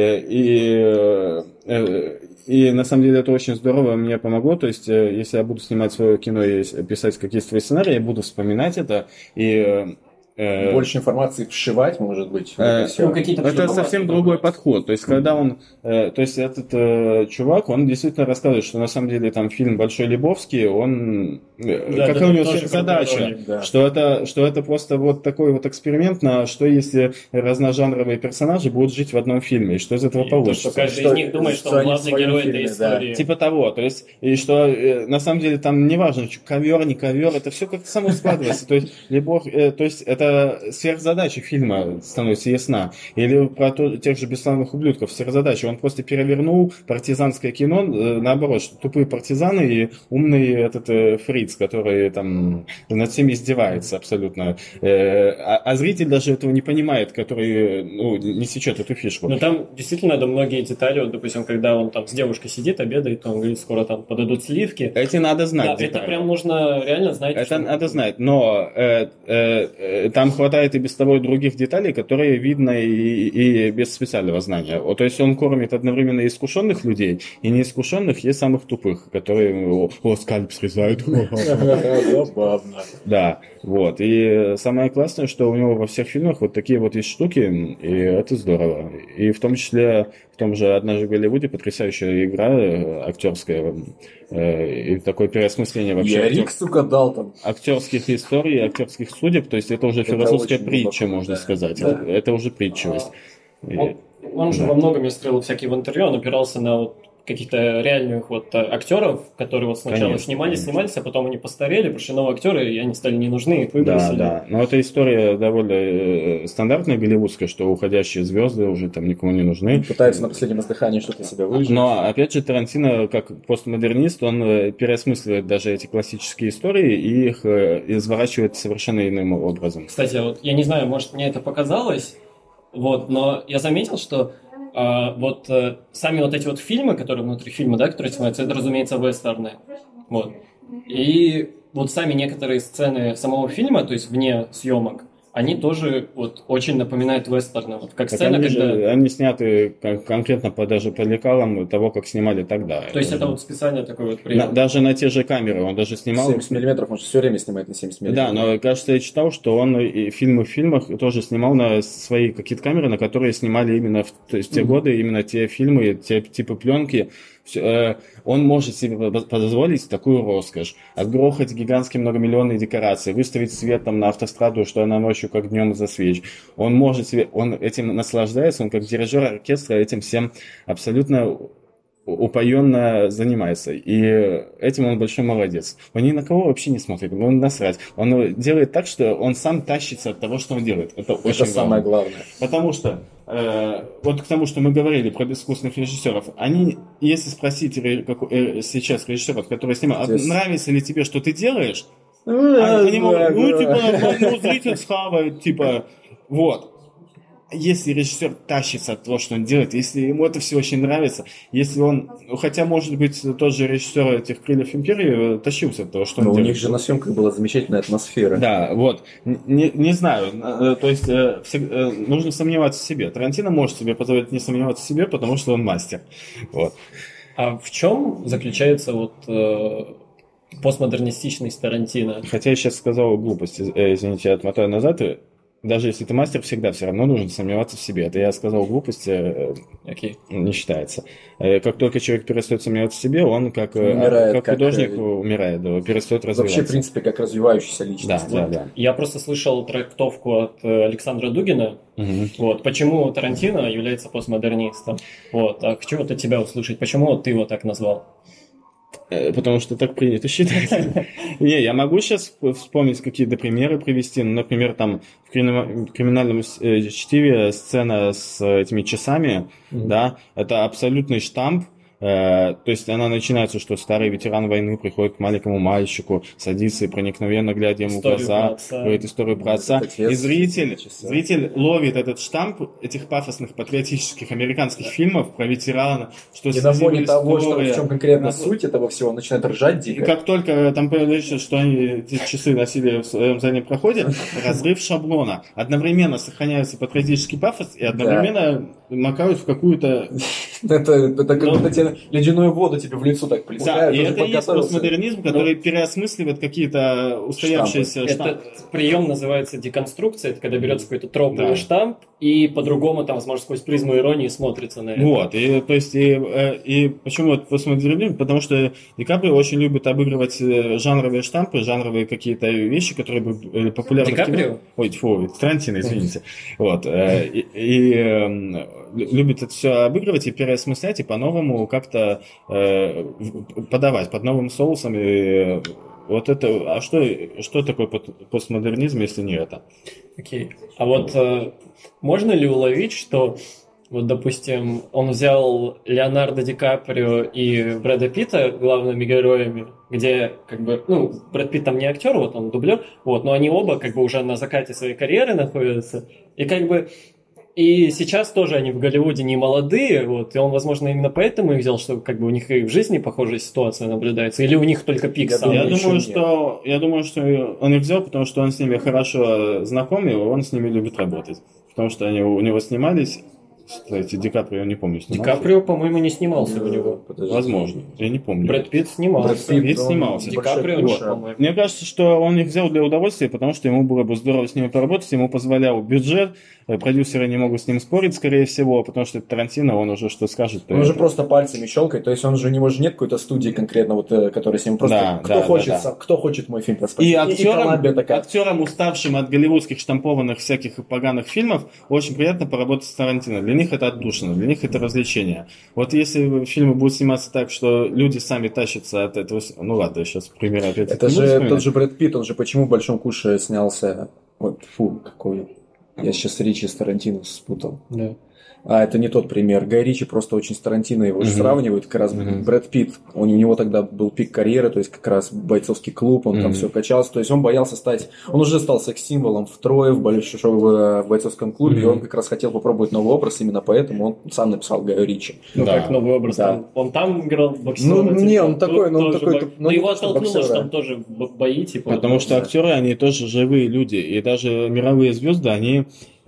И... И на самом деле это очень здорово, мне помогло. То есть, если я буду снимать свое кино и писать какие-то свои сценарии, я буду вспоминать это и больше информации вшивать, может быть. Э, Ну, какие-то это придумать, совсем придумать. другой подход. То есть, когда он, э, то есть этот э, чувак, он действительно рассказывает, что на самом деле там фильм Большой Лебовский, он э, Да, какая да, у него тоже задача, крутой ролик, да. что это, что это просто вот такой вот эксперимент на что если разножанровые персонажи будут жить в одном фильме, и что из этого И то, получится. что каждый Что- из них думает, что, что он они в главный своем герой фильме, этой да. истории. Типа того, то есть, и что э, на самом деле там не важно, что ковер, не ковер, это все как-то само складывается. То есть, Лебов, э, то есть это сверхзадача фильма становится ясна. Или про то, тех же бесславных ублюдков сверхзадача. Он просто перевернул партизанское кино, э, наоборот, что тупые партизаны и умный этот э, фриц, который там над всеми издевается абсолютно. Э, а, а зритель даже этого не понимает, который ну, не сечет эту фишку. Но там действительно да, многие детали, вот, допустим, когда он там с девушкой сидит, обедает, то он говорит, скоро там подадут сливки. Эти надо знать. Да, это детали. прям нужно реально знать. Это что- надо знать, но э, э, э, там хватает и без того и других деталей, которые видно и, и без специального знания. Вот, то есть он кормит одновременно искушенных людей и неискушенных, и самых тупых, которые о, о, скальп срезают. Забавно. Да, вот. И самое классное, что у него во всех фильмах вот такие вот есть штуки, и это здорово. И в том числе в том же «Однажды в Голливуде» потрясающая игра э, актерская, э, и такое переосмысление вообще Я актер- Рик, сука, дал там. актерских историй, актерских судеб, то есть это уже Это философская очень притча, глубоко, можно да. сказать. Да. Это, это уже притчивость. И- Он, он же да. во многом строил всякие в интервью, он опирался на вот каких-то реальных вот а, актеров, которые вот сначала Конечно, снимались, конечно. снимались, а потом они постарели, пришли новые актеры, и они стали не нужны, их Да, выбросили. да. Но эта история довольно э, стандартная голливудская, что уходящие звезды уже там никому не нужны. Пытается на последнем издыхании что-то себя выжить. Но, опять же, Тарантино, как постмодернист, он э, переосмысливает даже эти классические истории и их э, изворачивает совершенно иным образом. Кстати, вот я не знаю, может мне это показалось, вот, но я заметил, что а, вот э, сами вот эти вот фильмы, которые внутри фильма, да, которые снимаются, это, разумеется, вестерны. Вот. И вот сами некоторые сцены самого фильма, то есть вне съемок, они тоже вот очень напоминают вестерны. Вот как Так сцена, они, когда... же, они сняты кон- конкретно по, даже по лекалам того, как снимали тогда. То есть это вот специально такой вот прием. На- даже на те же камеры, он даже снимал. семьдесят миллиметров, он же все время снимает на семьдесят Да, миллиметров. но кажется, я читал, что он и фильмы в фильмах тоже снимал на свои какие-то камеры, на которые снимали именно в, то есть, в те Мгм. годы, именно те фильмы, те типы пленки. Всё, э, он может себе поз- позволить такую роскошь. Отгрохать гигантские многомиллионные декорации, выставить свет там на автостраду, что она ночью как днем засвечь. Он может себе, он этим наслаждается, он как дирижер оркестра этим всем абсолютно упоенно занимается. И этим он большой молодец. Он ни на кого вообще не смотрит, ему насрать. Он делает так, что он сам тащится от того, что он делает. Это очень Это самое главное. главное. Потому что э, вот к тому, что мы говорили про безвкусных режиссеров, они, если спросить ре- как- э, сейчас режиссеров, которые снимают, а Здесь- нравится ли тебе, что ты делаешь, а они могут, ну, типа, ну, зритель схавает, типа, вот. Если режиссер тащится от того, что он делает, если ему это все очень нравится, если он, ну, хотя, может быть, тот же режиссер этих «Крыльев империи» тащился от того, что он Но у делает. них же на съемках была замечательная атмосфера. Да, вот. Не, не знаю, э, то есть э, всег- э, нужно сомневаться в себе. Тарантино может себе позволить не сомневаться в себе, потому что он мастер. Вот. А в чем заключается вот э, постмодернистичность Тарантино? Хотя я сейчас сказал глупость, э, извините, я отмотаю назад. и Даже если ты мастер, всегда все равно нужно сомневаться в себе. Это я сказал глупость, э, Окей. не считается. Э, Как только человек перестает сомневаться в себе, он как, э, Умирает, как как, художник э, умирает, да, перестает развиваться. Вообще, в принципе, как развивающаяся Да, личность. да, да. Я просто слышал трактовку от э, Александра Дугина. Мгм. Вот, почему Тарантино является постмодернистом. Вот, а хочу вот от тебя услышать, почему вот ты его так назвал? Э, Потому что так принято считать. Не, я могу сейчас вспомнить какие-то примеры привести. Ну, например, там в крими- криминальном э, чтиве сцена с этими часами, Мгм. да, это абсолютный штамп. Э, То есть она начинается, что старый ветеран войны приходит к маленькому мальчику, садится и проникновенно глядя ему в Историю глаза, про отца. говорит историю про отца. Этот отец И зритель, часа. зритель ловит этот штамп этих пафосных патриотических американских фильмов про ветерана, что И на фоне слезились того, что, история. в чем конкретно На- суть этого всего, он начинает ржать И дико. как только там появляется, что они эти часы носили в своем заднем проходе, разрыв шаблона. Одновременно сохраняется патриотический пафос и одновременно макают в какую-то Это, это как Ну, будто тебе ледяную воду тебе в лицо так Да, плескают. и ты уже это и есть подготовился. постмодернизм, который переосмысливает какие-то устоявшиеся штампы. Этот прием называется деконструкция, это когда берется какой-то троп или Да. штамп, и по-другому там, возможно, сквозь призму иронии смотрится на это. Вот, и, то есть, и, э, и почему это постмодернизм? Потому что Ди Каприо очень любит обыгрывать э, жанровые штампы, жанровые какие-то вещи, которые были популярны Ди в кино. Каприо? Ой, фу, Тарантино, извините. Вот, э, и, и, э, любит это все обыгрывать и переосмыслять, и по-новому как-то э, в- подавать, под новым соусом. И вот это, а что, что такое пот- постмодернизм, если не это? Окей. А вот э, можно ли уловить, что вот, допустим, он взял Леонардо Ди Каприо и Брэда Питта главными героями, где, как бы, ну, Брэд Питт там не актер, вот он дублер, вот, но они оба, как бы, уже на закате своей карьеры находятся, и, как бы, и сейчас тоже они в Голливуде не молодые, вот, и он, возможно, именно поэтому их взял, что, как бы, у них и в жизни похожая ситуация наблюдается, или у них только пик Я самый. Я еще думаю, нет. что, я думаю, что он их взял, потому что он с ними хорошо знаком, и он с ними любит работать. Потому что они у него снимались. Кстати, Ди Каприо, не помню, Ди снимался. Каприо, по-моему, не снимался у него. Подожди. Возможно, я не помню. Брэд Питт снимался. Брэд Питт, Питт он снимался. Ди большой Каприо куш, нет, а. по-моему. Мне кажется, что он их взял для удовольствия, потому что ему было бы здорово с ними поработать, ему позволял бюджет, э, продюсеры не могут с ним спорить, скорее всего, потому что это Тарантино, он уже что скажет. то Он же это. просто пальцами щелкает, то есть он же, у него же нет какой-то студии конкретно, вот, э, которая с ним просто, Да, кто, да, хочет, да, да. сам- кто хочет мой фильм посмотреть. И актерам, Коламбия такая. актерам, уставшим от голливудских штампованных всяких поганых фильмов, очень приятно поработать с Тарантино. Для них это отдушина, для них это развлечение. Вот если фильмы будут сниматься так, что люди сами тащатся от этого... Ну ладно, я сейчас пример опять Это не буду же вспоминать. тот же Брэд Питт, он же почему в «Большом куше» снялся... Вот, фу, какой... Я сейчас Ричи с Тарантино спутал. Да. А, это не тот пример. Гай Ричи просто очень с Тарантино его же Мгм. сравнивают. Как раз Мгм. Брэд Питт, он, у него тогда был пик карьеры, то есть как раз бойцовский клуб, он там Мгм. все качался. То есть он боялся стать... Он уже стал секс-символом втрое в, большом, в бойцовском клубе, и Мгм. он как раз хотел попробовать новый образ, именно поэтому он сам написал Гаю Ричи. Ну, Да. как новый образ. Да. Там, он там играл боксера. Ну, типа, не, он тут такой, ну, он тоже такой, бок- ну, Но не его то, что оттолкнуло, что боксера. там тоже бо- бои, типа. Потому что да. актеры, они тоже живые люди. И даже мировые звезды, они,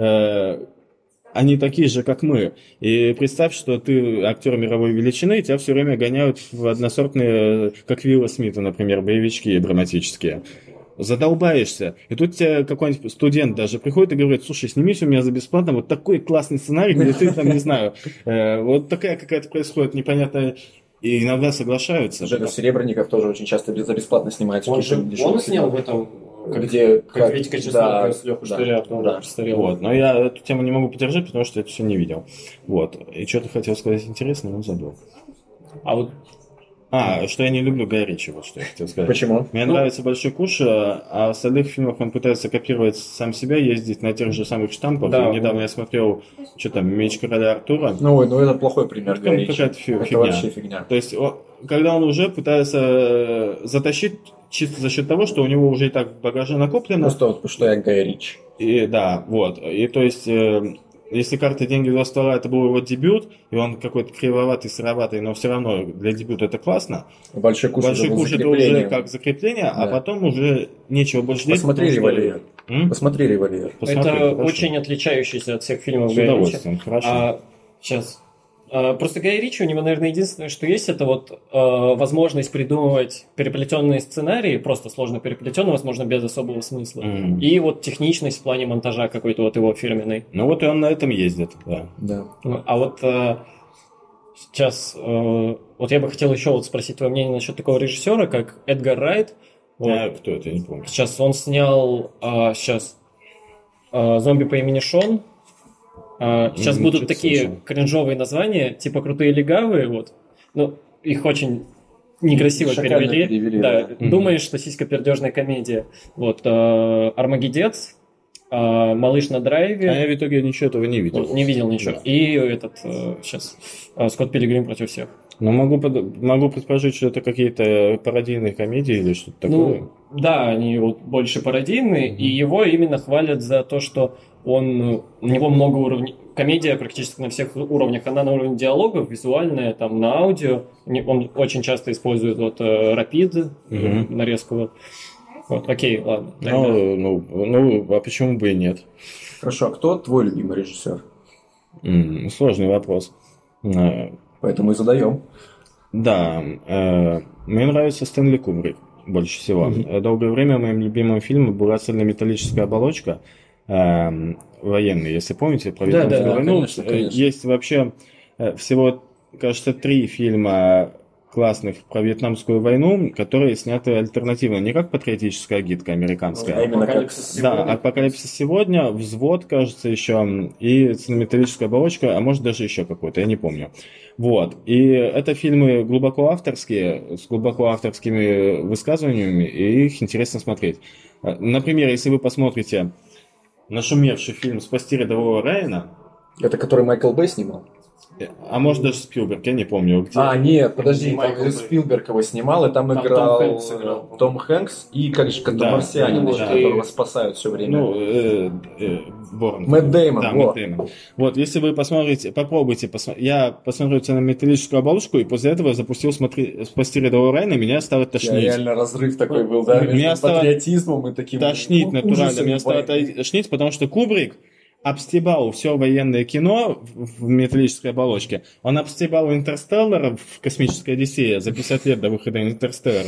э, они такие же, как мы. И представь, что ты актер мировой величины, и тебя все время гоняют в односортные, как Вилла Смита, например, боевички драматические. Задолбаешься. И тут тебе какой-нибудь студент даже приходит и говорит: слушай, снимись у меня за бесплатно вот такой классный сценарий, где ты там, не знаю, э, вот такая какая-то происходит непонятная... И иногда соглашаются. Жека Серебренников тоже очень часто без- за бесплатно снимается. Он в каких-то же, дешевых он снял в фильмах. этом, как, Где... как Витька Чесноков с Леху да, Штыря, потом да. престарел. Вот, но я эту тему не могу поддержать, потому что это все не видел. Вот. И что ты хотел сказать интересное, но забыл. А вот А, что я не люблю Гая Ричи, вот что я хотел сказать. Почему? Мне Ну- нравится «Большой куш», а в остальных фильмах он пытается копировать сам себя, ездить на тех же самых штампах. Да. И недавно я смотрел, что там, «Меч короля Артура». Ну, ой, ну это плохой пример Ну, Гая Ричи. какая-то фи- Это фигня. вообще фигня. То есть, о- когда он уже пытается э, затащить чисто за счет того, что у него уже и так в багаже накоплено. Просто вот, что я Гай Ричи. И да, вот. И то есть, э, если «Карта, деньги, два ствола» это был его дебют, и он какой-то кривоватый, сыроватый, но все равно для дебюта это классно. Большой куш Большой уже был куш это уже закреплением. как закрепление, а Да. потом уже нечего больше делать. Посмотри потому что- «Револьвер». М? Посмотри «Револьвер». Посмотри, это хорошо. очень отличающийся от всех фильмов С Гая Ричи. удовольствием, хорошо. А, сейчас. А, просто Гай Ричи, у него, наверное, единственное, что есть, это вот э, возможность придумывать переплетенные сценарии, просто сложно переплетенные, возможно, без особого смысла. М. И вот техничность в плане монтажа какой-то вот его фирменной. Ну вот и он на этом ездит, да. Да. Ну, А вот э, сейчас, э, вот я бы хотел еще вот спросить твое мнение насчет такого режиссера, как Эдгар Райт. Вот. А, кто это, я не помню. Сейчас он снял а, сейчас а, «Зомби по имени Шон». А, сейчас М, будут что-то такие слышал. кринжовые названия, типа «Крутые легавые», вот. Ну, их очень некрасиво Шикарно перевели. перевели, Да, да. Мгм. думаешь, что сисько-пердежная комедия. Вот, а, «Армагеддец», а, «Малыш на А драйве». я в итоге ничего этого не видел. Вот, не видел ничего. Да. И этот, сейчас, «Скотт Пилигрим против всех». Но могу, под- могу предположить, что это какие-то пародийные комедии или что-то такое. Ну, да, они вот больше пародийные, и его именно хвалят за то, что он, э, у него много уровней, комедия практически на всех уровнях, она на уровне диалогов, визуальная, там, на аудио, Не- он очень часто использует вот э, рапид, э, Мгм. нарезку, вот. Вот, окей, ладно. тогда. Ну, ну, ну, а почему бы и нет? Хорошо, а кто твой любимый режиссер? М, сложный вопрос. Э, Поэтому и задаем. Да, э, мне нравится Стэнли Кубрик больше всего. Мгм. Долгое время моим любимым фильмом была цельнометаллическая оболочка, э, военный, если помните, про Да, Вьетнамскую да, войну. конечно, Э, конечно. Есть вообще э, всего, кажется, три фильма классных про Вьетнамскую войну, которые сняты альтернативно, не как патриотическая гидка американская. А именно как... Апокалипсис Да, сегодня. «Апокалипсис сегодня», «Взвод», кажется, еще, и «Металлическая оболочка», а может даже еще какой-то, я не помню. Вот. И это фильмы глубоко авторские, с глубоко авторскими высказываниями, и их интересно смотреть. Например, если вы посмотрите нашумевший фильм «Спасти рядового Райана», Это который Майкл Бэй снимал? а может даже Спилберг, я не помню, где... А, нет, подожди, Майкл там Бэй. Спилберг его снимал, и там, Там играл Том Хэнкс играл. Том Хэнкс и как же, как Да, марсианин, да, еще, да. которого спасают все время. Ну, э, э, Борн. Мэтт Дэймон, Да, во. Мэтт Дэймон. Вот, если вы посмотрите, попробуйте посмотреть. Я посмотрел на металлическую оболочку, и после этого запустил смотри, «Спасти рядового Райана», меня стало Я тошнить. реально разрыв такой был, да, Меня между стало патриотизмом и таким Тошнить ну, натурально. ужасами Меня стало войны. тошнить, потому что Кубрик обстебал все военное кино в в металлической оболочке. Он обстебал «Интерстеллар» в «Космической Одиссее» за пятьдесят лет до выхода «Интерстеллара»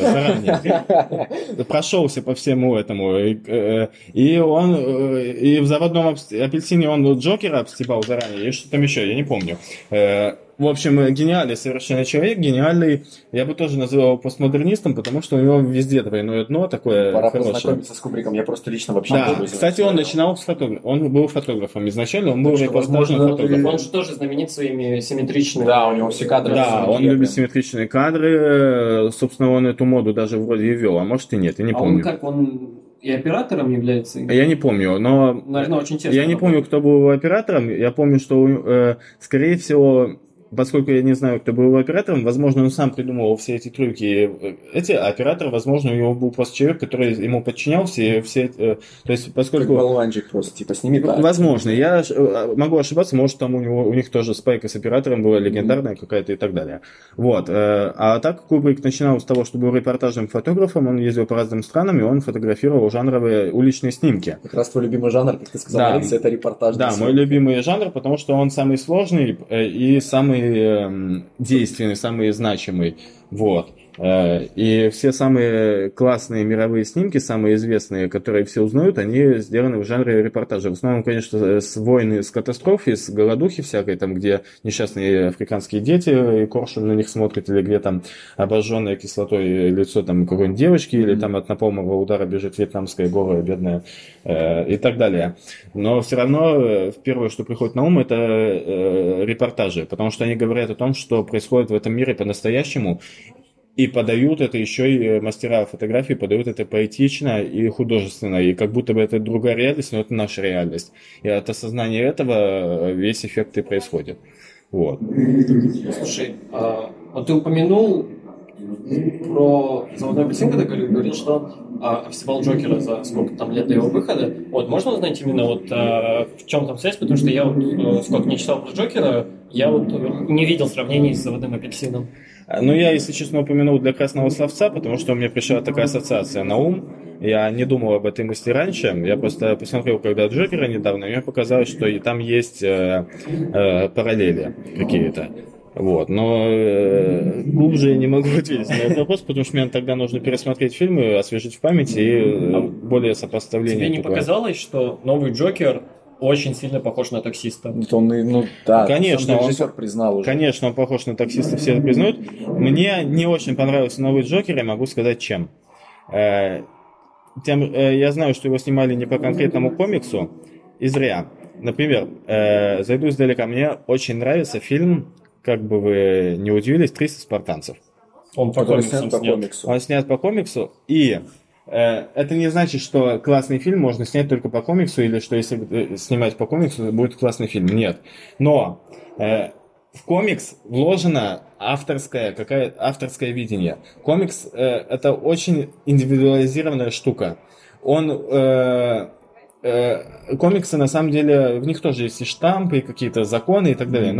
заранее. Прошелся по всему этому. И, э, и он э, и в «Заводном обс- апельсине» он Джокера обстебал заранее, и что там еще, я не помню. Э, В общем, гениальный совершенно человек, гениальный. Я бы тоже называл его постмодернистом, потому что у него везде двойное дно такое Пора хорошее. познакомиться с Кубриком, я просто лично вообще Да, не пользуюсь. кстати, он начинал с фотографа. Он был фотографом изначально, он был Так что, репортажным возможно, фотографом. Он же тоже знаменит своими симметричными... Да, у него все кадры. Да, он симметрия любит прям. симметричные кадры. Собственно, он эту моду даже вроде и вел, а может и нет, я не А он помню. как, он и оператором является? Я не помню, но... Наверное, очень тесно. Я не помню, кто был его оператором. Я помню, что, э, скорее всего, поскольку я не знаю, кто был его оператором, возможно, он сам придумывал все эти трюки. Эти, а оператор, возможно, у него был просто человек, который ему подчинялся. И все, э, то есть, Как поскольку... болванчик просто, типа, сними так. Возможно, я ш- э, могу ошибаться, может, там у него у них тоже спайка с оператором была легендарная какая-то и так далее. Вот. э, А так Кубрик начинал с того, что был репортажным фотографом, он ездил по разным странам, и он фотографировал жанровые уличные снимки. Как раз твой любимый жанр, как ты сказал, Да. Алекс, это репортаж. Да, мой любимый жанр, потому что он самый сложный э, и самый эм, действенный, самый значимый. Вот. Э, И все самые классные мировые снимки, самые известные, которые все узнают, они сделаны в жанре репортажа. В основном, конечно, с войны, с катастрофы, с голодухи всякой, там, где несчастные африканские дети, и коршун на них смотрит, или где там обожженное кислотой лицо там какой-нибудь девочки, или там от напалмового удара бежит вьетнамская голая, бедная, э, и так далее. Но все равно э, первое, что приходит на ум, это э, репортажи, потому что они говорят о том, что происходит в этом мире по-настоящему, и подают это еще и мастера фотографии, подают это поэтично и художественно, и как будто бы это другая реальность, но это наша реальность. И от осознания этого весь эффект и происходит. Вот. Слушай, а, вот ты упомянул про «Заводной апельсин», когда говорил, говорил, что а, обстебал Джокера за сколько там лет до его выхода. Вот, можно узнать именно вот а, в чем там связь? Потому что я вот а, сколько не читал про Джокера, я вот не видел сравнений с «Заводным апельсином». Ну, я, если честно, упомянул для красного словца, потому что у меня пришла такая ассоциация на ум. Я не думал об этой мысли раньше. Я просто посмотрел, когда Джокера недавно, и мне показалось, что и там есть э, э, параллели какие-то. Вот, но э, глубже я не могу ответить на этот вопрос, потому что мне тогда нужно пересмотреть фильмы, освежить в памяти и э, более сопоставление. Тебе не такое. показалось, что новый Джокер очень сильно похож на таксиста? Это он, и, ну, да, Конечно, сам он- режиссер признал уже. Конечно, он похож на таксиста, все это признают. Мне не очень понравился новый Джокер, я могу сказать, чем. Э, тем, э, я знаю, что его снимали не по конкретному комиксу, и зря. Например, э, зайду издалека, мне очень нравится фильм, как бы вы не удивились, «триста спартанцев». Он по Который комиксам снят по снят. комиксу. Он снят по комиксу, и э, это не значит, что классный фильм можно снять только по комиксу, или что если э, снимать по комиксу, будет классный фильм. Нет. Но э, в комикс вложено авторское, какая, авторское видение. Комикс э, это очень индивидуализированная штука. Он... Э, э, комиксы, на самом деле, в них тоже есть и штампы, и какие-то законы и так далее, но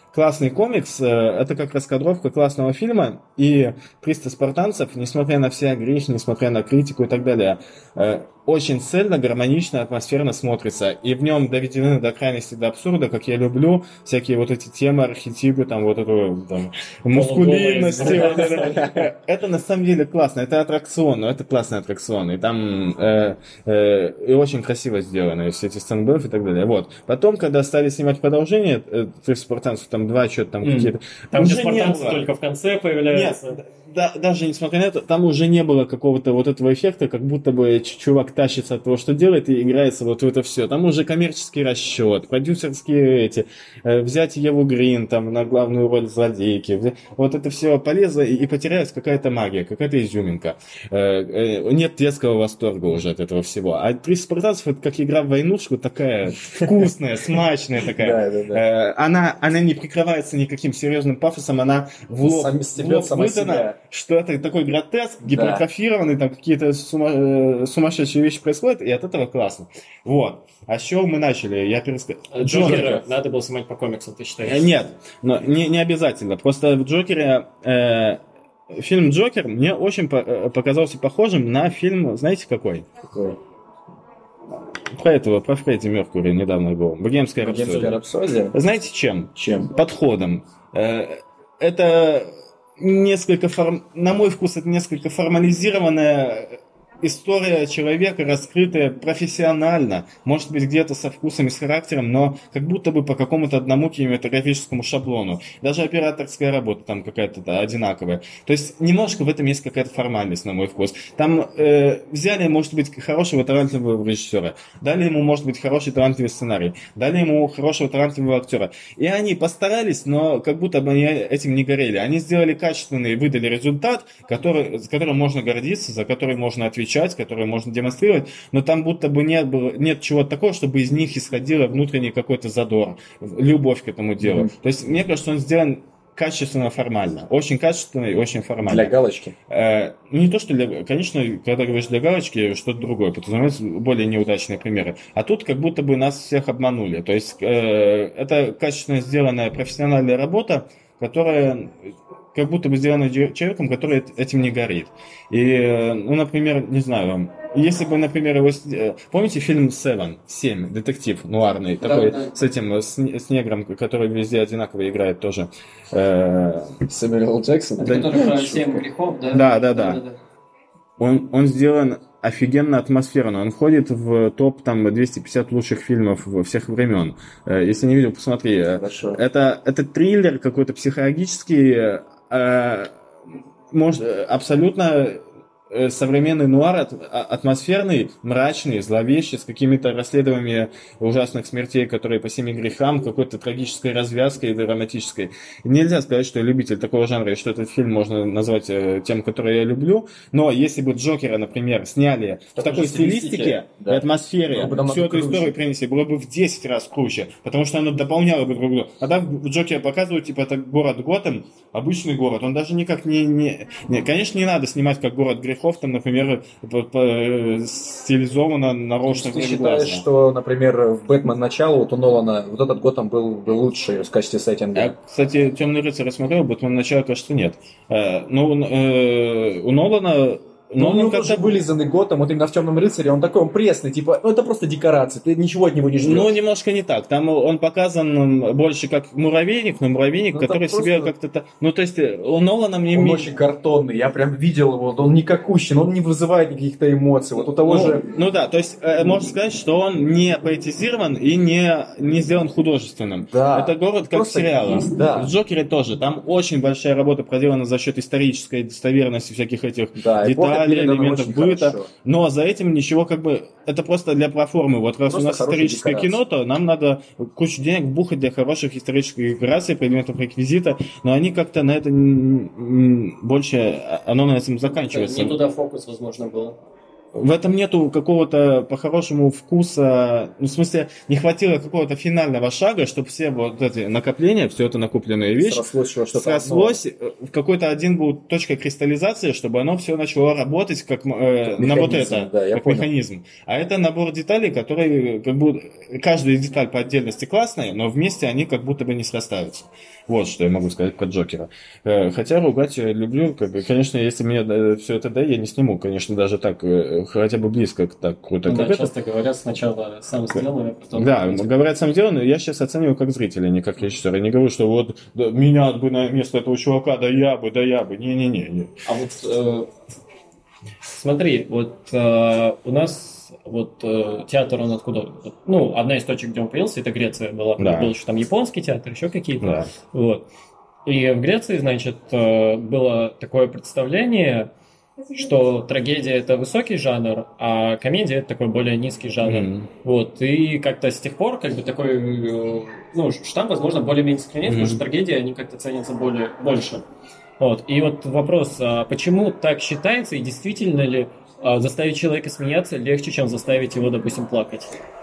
классный комикс, это как раскадровка классного фильма, и триста спартанцев, несмотря на все грехи, несмотря на критику и так далее, очень цельно, гармонично, атмосферно смотрится. И в нем доведены до крайности, до абсурда, как я люблю, всякие вот эти темы, архетипы, там вот эту там, мускулинность. Это на самом деле классно. Это аттракцион, но это классный аттракцион. И там э, э, и очень красиво сделано, все эти сцены боев и так далее. Вот. Потом, когда стали снимать продолжение, триста спартанцев, там два, что-то там mm. какие-то... Там уже спартанцы только в конце появляются. Нет, да, даже несмотря на это, там уже не было какого-то вот этого эффекта, как будто бы чувак тащится от того, что делает, и играется вот в это все. Там уже коммерческий расчет, продюсерские эти, э, взять Еву Грин там на главную роль злодейки. Взять, вот это все полезно, и, и потеряется какая-то магия, какая-то изюминка. Э, э, нет детского восторга уже от этого всего. А триста спартанцев это как игра в войнушку, такая вкусная, смачная такая. Она не прикрывается никаким серьезным пафосом, она в лоб выдана, что это такой гротеск, гипертрофированный, там какие-то сума, сумасшедшие вещи происходят, и от этого классно. Вот. А с чего мы начали? Я перескажу. Джокера надо было снимать по комиксам, ты считаешь? Нет, но не, не обязательно. Просто в Джокере... Э, фильм «Джокер» мне очень по- показался похожим на фильм, знаете, какой? Какой? Про этого, про Фредди Меркьюри недавно был. «Богемская рапсодия». «Богемская рапсодия». Знаете чем? Чем? Подходом. Э, это... несколько, форм... на мой вкус, это несколько формализированная история человека, раскрытая профессионально, может быть, где-то со вкусом и с характером, но как будто бы по какому-то одному кинематографическому шаблону. Даже операторская работа там какая-то да, одинаковая. То есть немножко в этом есть какая-то формальность, на мой вкус. Там э, взяли, может быть, хорошего талантливого режиссера, дали ему, может быть, хороший талантливый сценарий, дали ему хорошего талантливого актера. И они постарались, но как будто бы они этим не горели. Они сделали качественный, выдали результат, который, с которым можно гордиться, за который можно отвечать, которые можно демонстрировать, но там будто бы нет, нет чего-то такого, чтобы из них исходило внутренний какой-то задор, любовь к этому делу. Mm-hmm. То есть, мне кажется, он сделан качественно, формально. Очень качественно и очень формально. Для галочки? Э, не то, что для... Конечно, когда говоришь для галочки, что-то другое, подразумевается более неудачные примеры. А тут как будто бы нас всех обманули. То есть, э, это качественно сделанная профессиональная работа, которая... как будто бы сделано человеком, который этим не горит. И, ну, например, не знаю, если бы, например, его... Помните фильм «Севен», «Семь», детектив нуарный, да, такой да. с этим, с, с негром, который везде одинаково играет тоже. Сэмюэл Джексон? Да, который про семь грехов, да? Да, да, да. да, да. Он, он сделан офигенно атмосферно. Он входит в топ там двести пятьдесят лучших фильмов всех времен. Если не видел, посмотри. Хорошо. Это, это триллер какой-то психологический, может, абсолютно современный нуар, атмосферный, мрачный, зловещий, с какими-то расследованиями ужасных смертей, которые по семи грехам, какой-то трагической развязкой драматической. Нельзя сказать, что я любитель такого жанра, и что этот фильм можно назвать тем, который я люблю, но если бы Джокера, например, сняли в, в такой стилистике, да. в атмосфере, ну, всю эту круче. историю принесли, было бы в десять раз круче, потому что оно дополняло бы друг друга. А так в Джокере показывают, типа, это город Готэм, обычный город, он даже никак не... не, не конечно, не надо снимать как город грехов, там, например, стилизовано нарочно. Ты считаешь, что, например, в «Бэтмен. Начало» вот у Нолана вот этот Готэм был, был лучший в качестве сеттинга? Я, кстати, «Темный рыцарь» рассмотрел, «Бэтмен. Начало», кажется, нет. Но у Нолана... Но ну, у него тоже вылизанный Готэм, вот именно в «Темном рыцаре», он такой, он пресный, типа, ну это просто декорации, ты ничего от него не ждешь. Ну, немножко не так, там он показан больше как муравейник, но муравейник, ну, который себе просто... как-то... Ну, то есть, у Нолана мне... Он ми... очень картонный, я прям видел его, он никакущий, он не вызывает никаких-то эмоций, вот у того ну, же... Ну да, то есть, э, можно сказать, что он не поэтизирован и не, не сделан художественным. Да. Это город как сериал. Есть, да. В «Джокере» тоже, там очень большая работа проделана за счет исторической достоверности всяких этих да, деталей, элементов быта, хорошо. Но за этим ничего как бы, это просто для проформы. Вот раз просто у нас историческое декорации. Кино, то нам надо кучу денег бухать для хороших исторических декораций, предметов реквизита, но они как-то на это больше, оно на этом заканчивается. Не туда фокус, возможно, был. в этом нету какого-то по-хорошему вкуса, ну, в смысле, не хватило какого-то финального шага, чтобы все вот эти накопления, все это накопленные вещи, срослось, что-то срослось в какой-то один был точка кристаллизации, чтобы оно все начало работать как э, на вот это, да, как механизм. А это набор деталей, которые как будто каждая деталь по отдельности классная, но вместе они как будто бы не срастаются. Вот что я могу сказать про Джокера. Хотя ругать я люблю, как, конечно, если мне все это да, я не сниму, конечно, даже так, хотя бы близко так круто. Ну, как да, это. часто говорят сначала сам сделаю, а потом... Да, говорят сам сделано, я сейчас оцениваю как зрителя, а не как режиссер. Я не говорю, что вот да, меня бы на место этого чувака, да я бы, да я бы. Не-не-не. А вот э, смотри, вот э, у нас вот э, театр, он откуда? Ну, одна из точек, где он появился, это Греция была. Да. Был еще там японский театр, еще какие-то. Да. Вот. И в Греции, значит, э, было такое представление, что трагедия – это высокий жанр, а комедия – это такой более низкий жанр. Mm-hmm. Вот. И как-то с тех пор как бы такой, э, ну, штамп, возможно, более-менее сохраняется, mm-hmm. потому что трагедии, они как-то ценятся более, больше. Вот. И вот вопрос, а почему так считается, и действительно ли а, заставить человека смеяться легче, чем заставить его, допустим, плакать?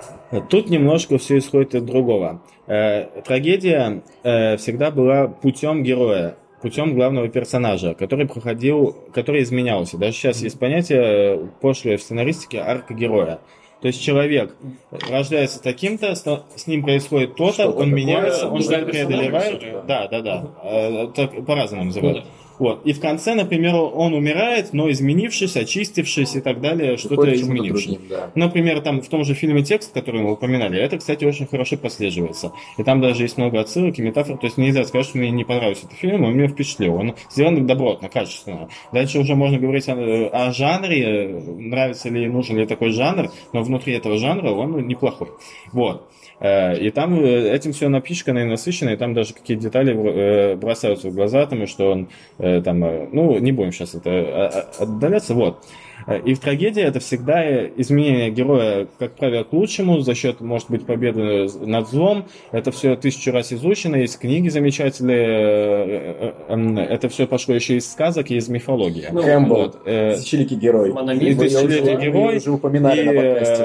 Тут немножко все исходит от другого. Э, трагедия э, всегда была путем героя, путем главного персонажа, который проходил, который изменялся. Даже сейчас есть понятие, пошлое в сценаристике, арка героя. То есть человек рождается таким-то, с ним происходит то-то, что-то он такое, меняется, он что-то преодолевает. Да, да, да. да. Так по-разному называют. Ну, да. Вот. И в конце, например, он умирает, но изменившись, очистившись и так далее, что-то изменившись. Да. Например, там в том же фильме «Текст», который мы упоминали, это, кстати, очень хорошо прослеживается. И там даже есть много отсылок и метафор. То есть нельзя сказать, что мне не понравился этот фильм, он меня впечатлил. Он сделан добротно, качественно. Дальше уже можно говорить о, о жанре, нравится ли, нужен ли такой жанр, но внутри этого жанра он неплохой. Вот. И там этим все напичкано и насыщено, и там даже какие-то детали бросаются в глаза, тому, что он там, ну, не будем сейчас это отдаляться, вот. И в трагедии это всегда изменение героя, как правило, к лучшему, за счет, может быть, победы над злом. Это все тысячу раз изучено, есть книги замечательные, это все пошло еще из сказок и из мифологии. Ну, Кэмпбелл, вот. Тысячеликий герой. И Тысячеликий герой. Уже упоминали и, на подкасте,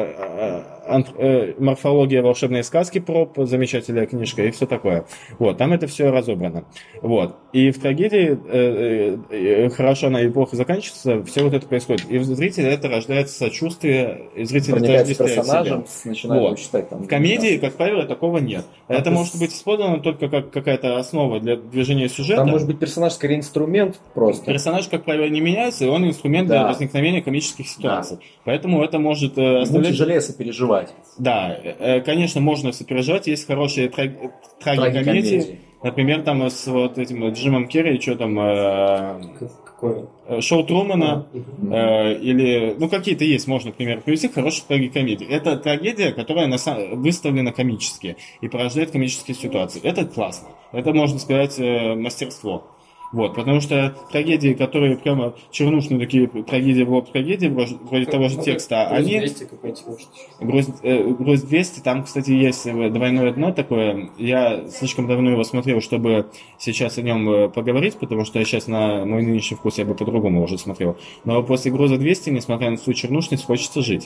да. Морфология волшебной сказки Проб, замечательная книжка и все такое. Вот, там это все разобрано. Вот. И в трагедии э, э, хорошо она и плохо заканчивается, все вот это происходит. И в зрителе это рождается сочувствие, и зритель проникается персонажем, начинает вот. его читать. Там, в комедии, да. Как правило, такого нет. А это ты... может быть использовано только как какая-то основа для движения сюжета. Там может быть персонаж скорее инструмент просто. Персонаж, как правило, не меняется, и он инструмент да. для возникновения комических ситуаций. Да. Поэтому это может э, оставлять... тяжелее сопереживать. Да, конечно, можно сопереживать, есть хорошие траг... трагикомедии. Например, там с вот этим Джимом Керри, что там, э... Какое? Шоу Трумана, э, или, ну, какие-то есть, можно, например, привести хорошие трагикомедии. Это трагедия, которая на самом... выставлена комически и порождает комические ситуации. Это классно. Это, можно сказать, э, мастерство. Вот, потому что трагедии, которые прямо чернушные такие трагедии в лоб трагедии, вроде как, того же ну, текста, груз они... двести какой-нибудь, может. Груз, э, груз двести, там, кстати, есть двойное дно такое. Я слишком давно его смотрел, чтобы сейчас о нем поговорить, потому что я сейчас на мой нынешний вкус я бы по-другому уже смотрел. Но после груза двести, несмотря на свою чернушность, хочется жить.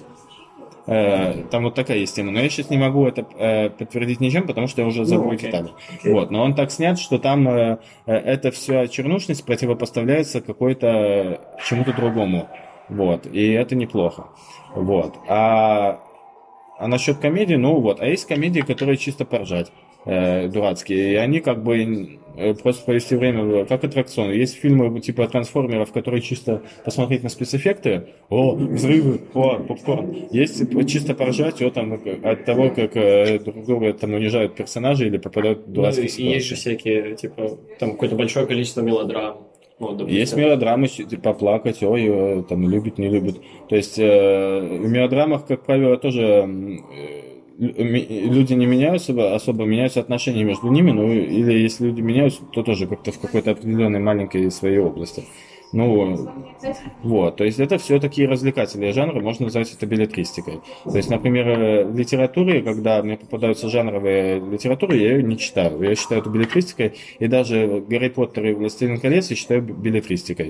Там вот такая есть тема. Но я сейчас не могу это э, подтвердить ничем, потому что я уже забыл ну, okay. детали. Okay. Вот. Но он так снят, что там э, эта вся чернушность противопоставляется какой-то чему-то другому. Вот. И это неплохо. Вот. А, а насчет комедии, ну вот. А есть комедии, которые чисто поржать. Э, дурацкие. И они как бы э, просто провести время как аттракцион. Есть фильмы типа трансформеров, которые чисто посмотреть на спецэффекты. О, взрывы, о, попкорн. Есть чисто поржать о, там, от того, как э, друг друга там унижают персонажи или попадают в дурацкие ну, ситуации. И есть же всякие, типа, там какое-то большое количество мелодрам. Ну, есть мелодрамы, типа, поплакать, ой, там, любит, не любит. То есть э, в мелодрамах, как правило, тоже... Э, люди не меняются, особо меняются отношения между ними, ну или если люди меняются, то тоже как-то в какой-то определенной маленькой своей области. Ну, вот, то есть это все такие развлекательные жанры, можно назвать это беллетристикой. То есть, например, в литературе, когда мне попадаются жанровые литературы, я ее не читаю. Я считаю это беллетристикой, и даже Гарри Поттер и Властелин колец я считаю беллетристикой.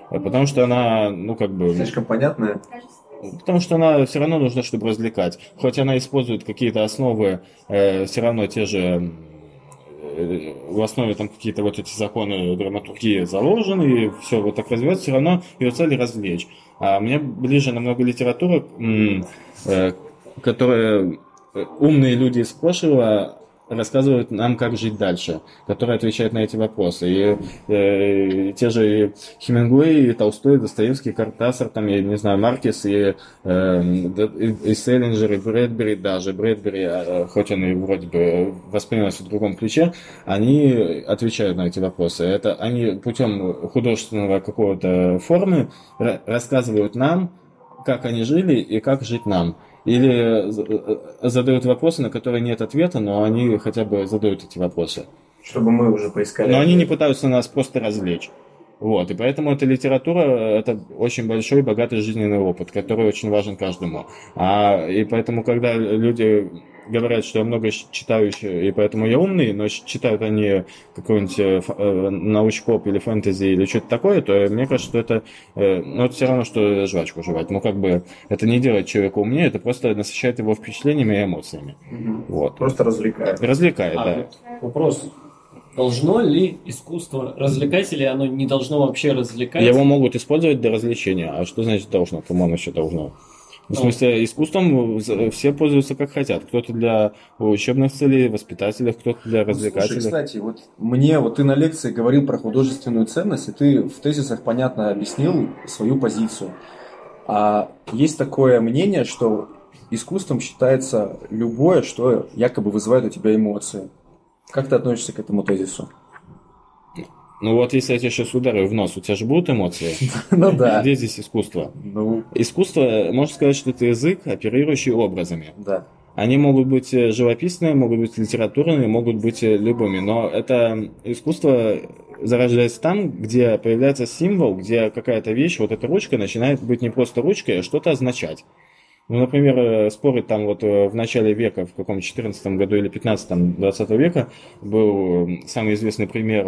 Потому что она, ну, как бы... Слишком понятная. Потому что она все равно нужна, чтобы развлекать. Хоть она использует какие-то основы, э, все равно те же... Э, в основе там какие-то вот эти законы драматургии заложены, и все вот так развивается, все равно ее цель развлечь. А мне ближе намного литература, м, э, которая... Умные люди из прошлого рассказывают нам, как жить дальше, которые отвечают на эти вопросы. И, э, те же Хемингуэй, и Толстой, и Достоевский, Кортасар, там, я не знаю, Маркес, и, э, и Селлинджер, и Брэдбери даже, Брэдбери, э, хоть он и вроде бы воспринимается в другом ключе, они отвечают на эти вопросы. Это они путем художественного какого-то формы рассказывают нам, как они жили и как жить нам. Или задают вопросы, на которые нет ответа, но они хотя бы задают эти вопросы. Чтобы мы уже поискали. Но они не пытаются нас просто развлечь. Вот. И поэтому эта литература – это очень большой, богатый жизненный опыт, который очень важен каждому. А, и поэтому, когда люди говорят, что я много читаю, и поэтому я умный, но читают они какой-нибудь э, научпоп или фэнтези или что-то такое, то мне кажется, что это, э, ну, это все равно, что жвачку жевать. Ну, как бы, это не делает человека умнее, это просто насыщает его впечатлениями и эмоциями. Угу. Вот. Просто развлекает. Развлекает, а, да. Вопрос. Должно ли искусство развлекать, или оно не должно вообще развлекать? Его могут использовать для развлечения. А что значит должно? По-моему, еще должно. В смысле, искусством все пользуются как хотят. Кто-то для учебных целей, воспитателей, кто-то для развлекателей. Слушай, кстати, вот мне, вот ты на лекции говорил про художественную ценность, и ты в тезисах понятно объяснил свою позицию. А есть такое мнение, что искусством считается любое, что якобы вызывает у тебя эмоции. Как ты относишься к этому тезису? Ну вот, если я тебя сейчас ударю в нос, у тебя же будут эмоции? Ну да. Где здесь искусство? Ну, Искусство, можно сказать, что это язык, оперирующий образами. да. Они могут быть живописные, могут быть литературные, могут быть любыми, но это искусство зарождается там, где появляется символ, где какая-то вещь, вот эта ручка, начинает быть не просто ручкой, а что-то означать. Ну, например, споры там вот в начале века, в каком четырнадцатом году или пятнадцатом двадцатого века, был самый известный пример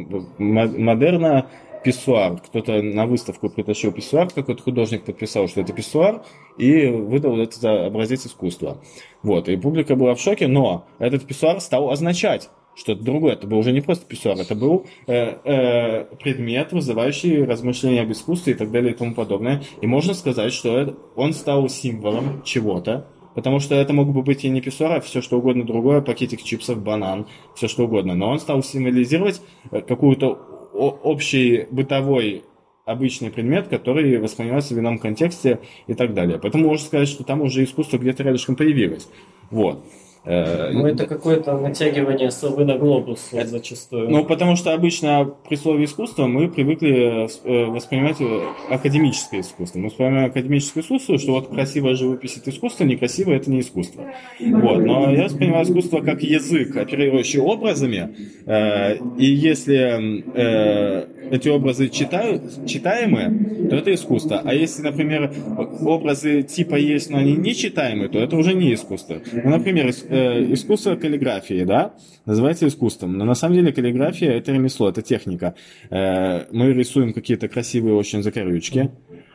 модерна писсуар. Кто-то на выставку притащил писсуар, какой-то художник подписал, что это писсуар, и выдал этот образец искусства. Вот, и публика была в шоке, но этот писсуар стал означать что-то другое. Это был уже не просто писсуар, это был э, э, предмет, вызывающий размышления об искусстве и так далее и тому подобное. И можно сказать, что он стал символом чего-то, потому что это мог бы быть и не писсуар, а все что угодно другое, пакетик чипсов, банан, все что угодно. Но он стал символизировать какую-то общий бытовой обычный предмет, который воспринимается в ином контексте и так далее. Поэтому можно сказать, что там уже искусство где-то рядышком появилось. Вот. Ну, это какое-то натягивание совы на глобус вот, зачастую. Ну, потому что обычно при слове искусство мы привыкли воспринимать академическое искусство. Мы воспринимаем академическое искусство, что вот красивая живопись – это искусство, некрасивое – это не искусство. Вот. Но я воспринимаю искусство как язык, оперирующий образами. И если эти образы читают, читаемые, то это искусство. А если, например, образы типа есть, но они не читаемые, то это уже не искусство. Ну, например, искусство каллиграфии, да, называется искусством. Но на самом деле каллиграфия – это ремесло, это техника. Мы рисуем какие-то красивые очень закорючки.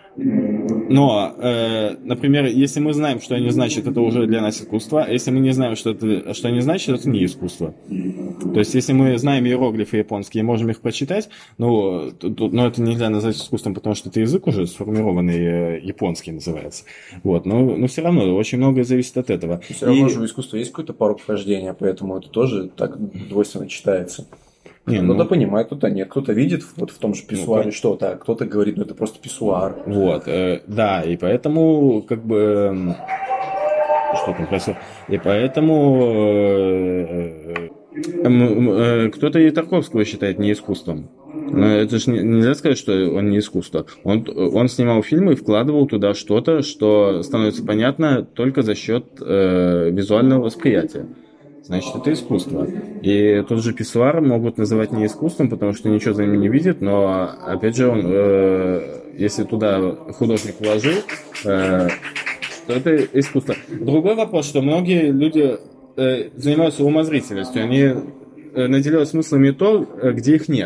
Но, э, например, если мы знаем, что они значат, это уже для нас искусство. А если мы не знаем, что, это, что они значат, это не искусство. То есть, если мы знаем иероглифы японские и можем их прочитать, ну, то, но это нельзя назвать искусством, потому что это язык уже сформированный, э, японский называется. Вот, но, но все равно очень многое зависит от этого. Все равно и... же у искусства есть какой-то порог вхождения, поэтому это тоже так двойственно читается. Не, кто-то ну... понимает, кто-то нет. Кто-то видит вот в том же писсуаре ну, что-то, а кто-то говорит, ну это просто писсуар. Вот, э, да, и поэтому как бы... Что там происходит? И поэтому э, э, э, кто-то и Тарковского считает не искусством. Но это же не, нельзя сказать, что он не искусство. Он, он снимал фильмы и вкладывал туда что-то, что становится понятно только за счет э, визуального восприятия. Значит, это искусство. И тот же писсуар могут называть не искусством, потому что ничего за ним не видит, но, опять же, он, э, если туда художник вложил, э, то это искусство. Другой вопрос, что многие люди э, занимаются умозрительностью, они э, наделяют смыслами то, где их нет.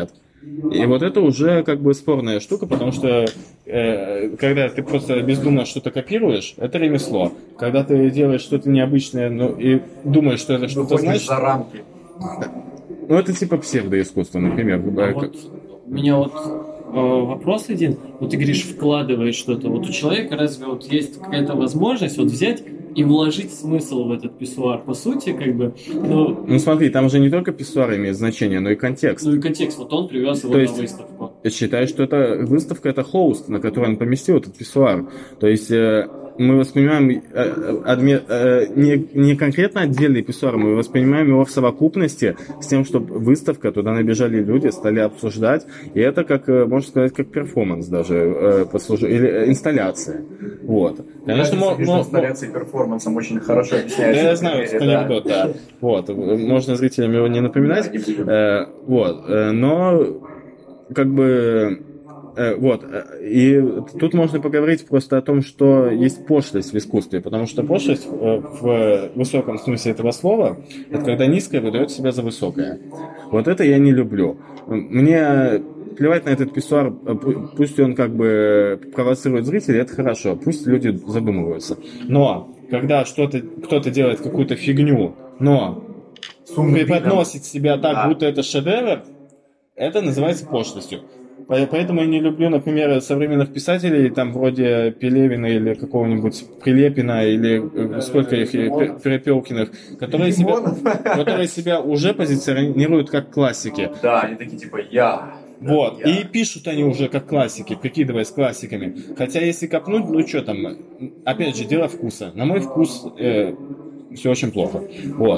И вот это уже как бы спорная штука, потому что э, когда ты просто бездумно что-то копируешь, это ремесло. Когда ты делаешь что-то необычное, ну, и думаешь, что это что-то значит... за рамки. Ну, это типа псевдоискусство, например. А вот у меня вот э, вопрос один. Вот ты говоришь, вкладываешь что-то. Вот у человека разве вот есть какая-то возможность вот взять и вложить смысл в этот писсуар? По сути, как бы... Ну, ну смотри, там же не только писсуар имеет значение, но и контекст. Ну и контекст. Вот он привез его То на есть, выставку. Я считаю, что это выставка, это холст, на который он поместил этот писсуар. То есть... Э, мы воспринимаем э, адми, э, не, не конкретно отдельный писсуар, мы воспринимаем его в совокупности с тем, чтобы выставка, туда набежали люди, стали обсуждать, и это, как можно сказать, как перформанс даже, э, послужил, или инсталляция. Вот. Конечно, мо- между инсталляцией и перформансом очень хорошо объясняется. Да, я знаю, это анекдот, да. Вот. Можно зрителям его не напоминать. Э, вот. Э, но, как бы... Вот, и тут можно поговорить просто о том, что есть пошлость в искусстве, потому что пошлость в высоком смысле этого слова, это когда низкое выдает себя за высокое. Вот это я не люблю. Мне плевать на этот писсуар, пусть он как бы провоцирует зрителей, это хорошо, пусть люди задумываются. Но, когда что-то, кто-то делает какую-то фигню, но преподносит себя так, да. будто это шедевр, это называется пошлостью. Поэтому я не люблю, например, современных писателей, там вроде Пелевина или какого-нибудь Прилепина, или сколько их, Перепелкиных, которые себя, которые себя уже позиционируют как классики. Да, они такие типа «я». Вот, я. И пишут они уже как классики, прикидываясь классиками. Хотя если копнуть, ну что там, опять же, дело вкуса. На мой вкус э, все очень плохо. Вот.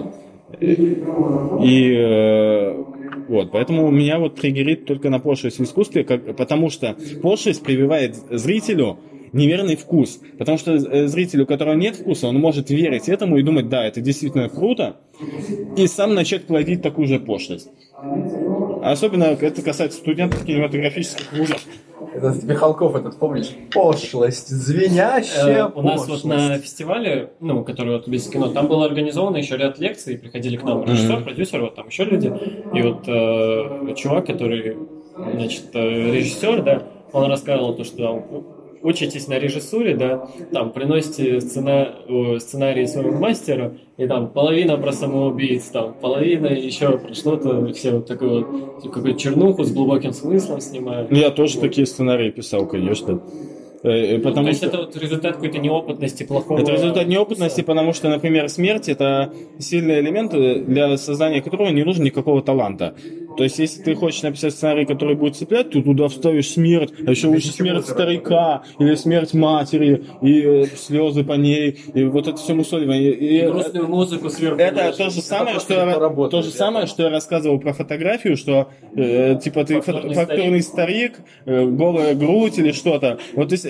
И э, вот, поэтому меня вот триггерит только на пошлость в искусстве, как, потому что пошлость прививает зрителю неверный вкус. Потому что зрителю, у которого нет вкуса, он может верить этому и думать, да, это действительно круто, и сам начать плодить такую же пошлость. Особенно это касается студентов кинематографических вузов. Это Михалков этот, помнишь? Пошлость, звенящая э, У нас вот на фестивале, ну, который вот без кино, там было организовано еще ряд лекций, приходили к нам режиссер, mm-hmm. продюсер, вот там еще люди. И вот э, чувак, который, значит, э, режиссер, да, он рассказывал то, что там, учитесь на режиссуре, да, там, приносите сцена, сценарий своему мастеру, и там половина про самоубийц, там, половина еще про что-то, все вот такую вот, какую-то чернуху с глубоким смыслом снимают. Я тоже вот. Такие сценарии писал, конечно. Потому То есть что... это вот результат какой-то неопытности, плохого... Это результат неопытности, потому что, например, смерть – это сильный элемент, для создания которого не нужно никакого таланта. То есть, если ты хочешь написать сценарий, который будет цеплять, ты туда вставишь смерть, а еще лучше смерть старика, или смерть матери, и э, слезы по ней, и вот это все мусоливание. И, и грустную музыку сверху. Это то же самое, что я, работает, то же самое, что я рассказывал про фотографию, что э, типа ты фактурный, фактурный старик, э, голая грудь или что-то. Вот если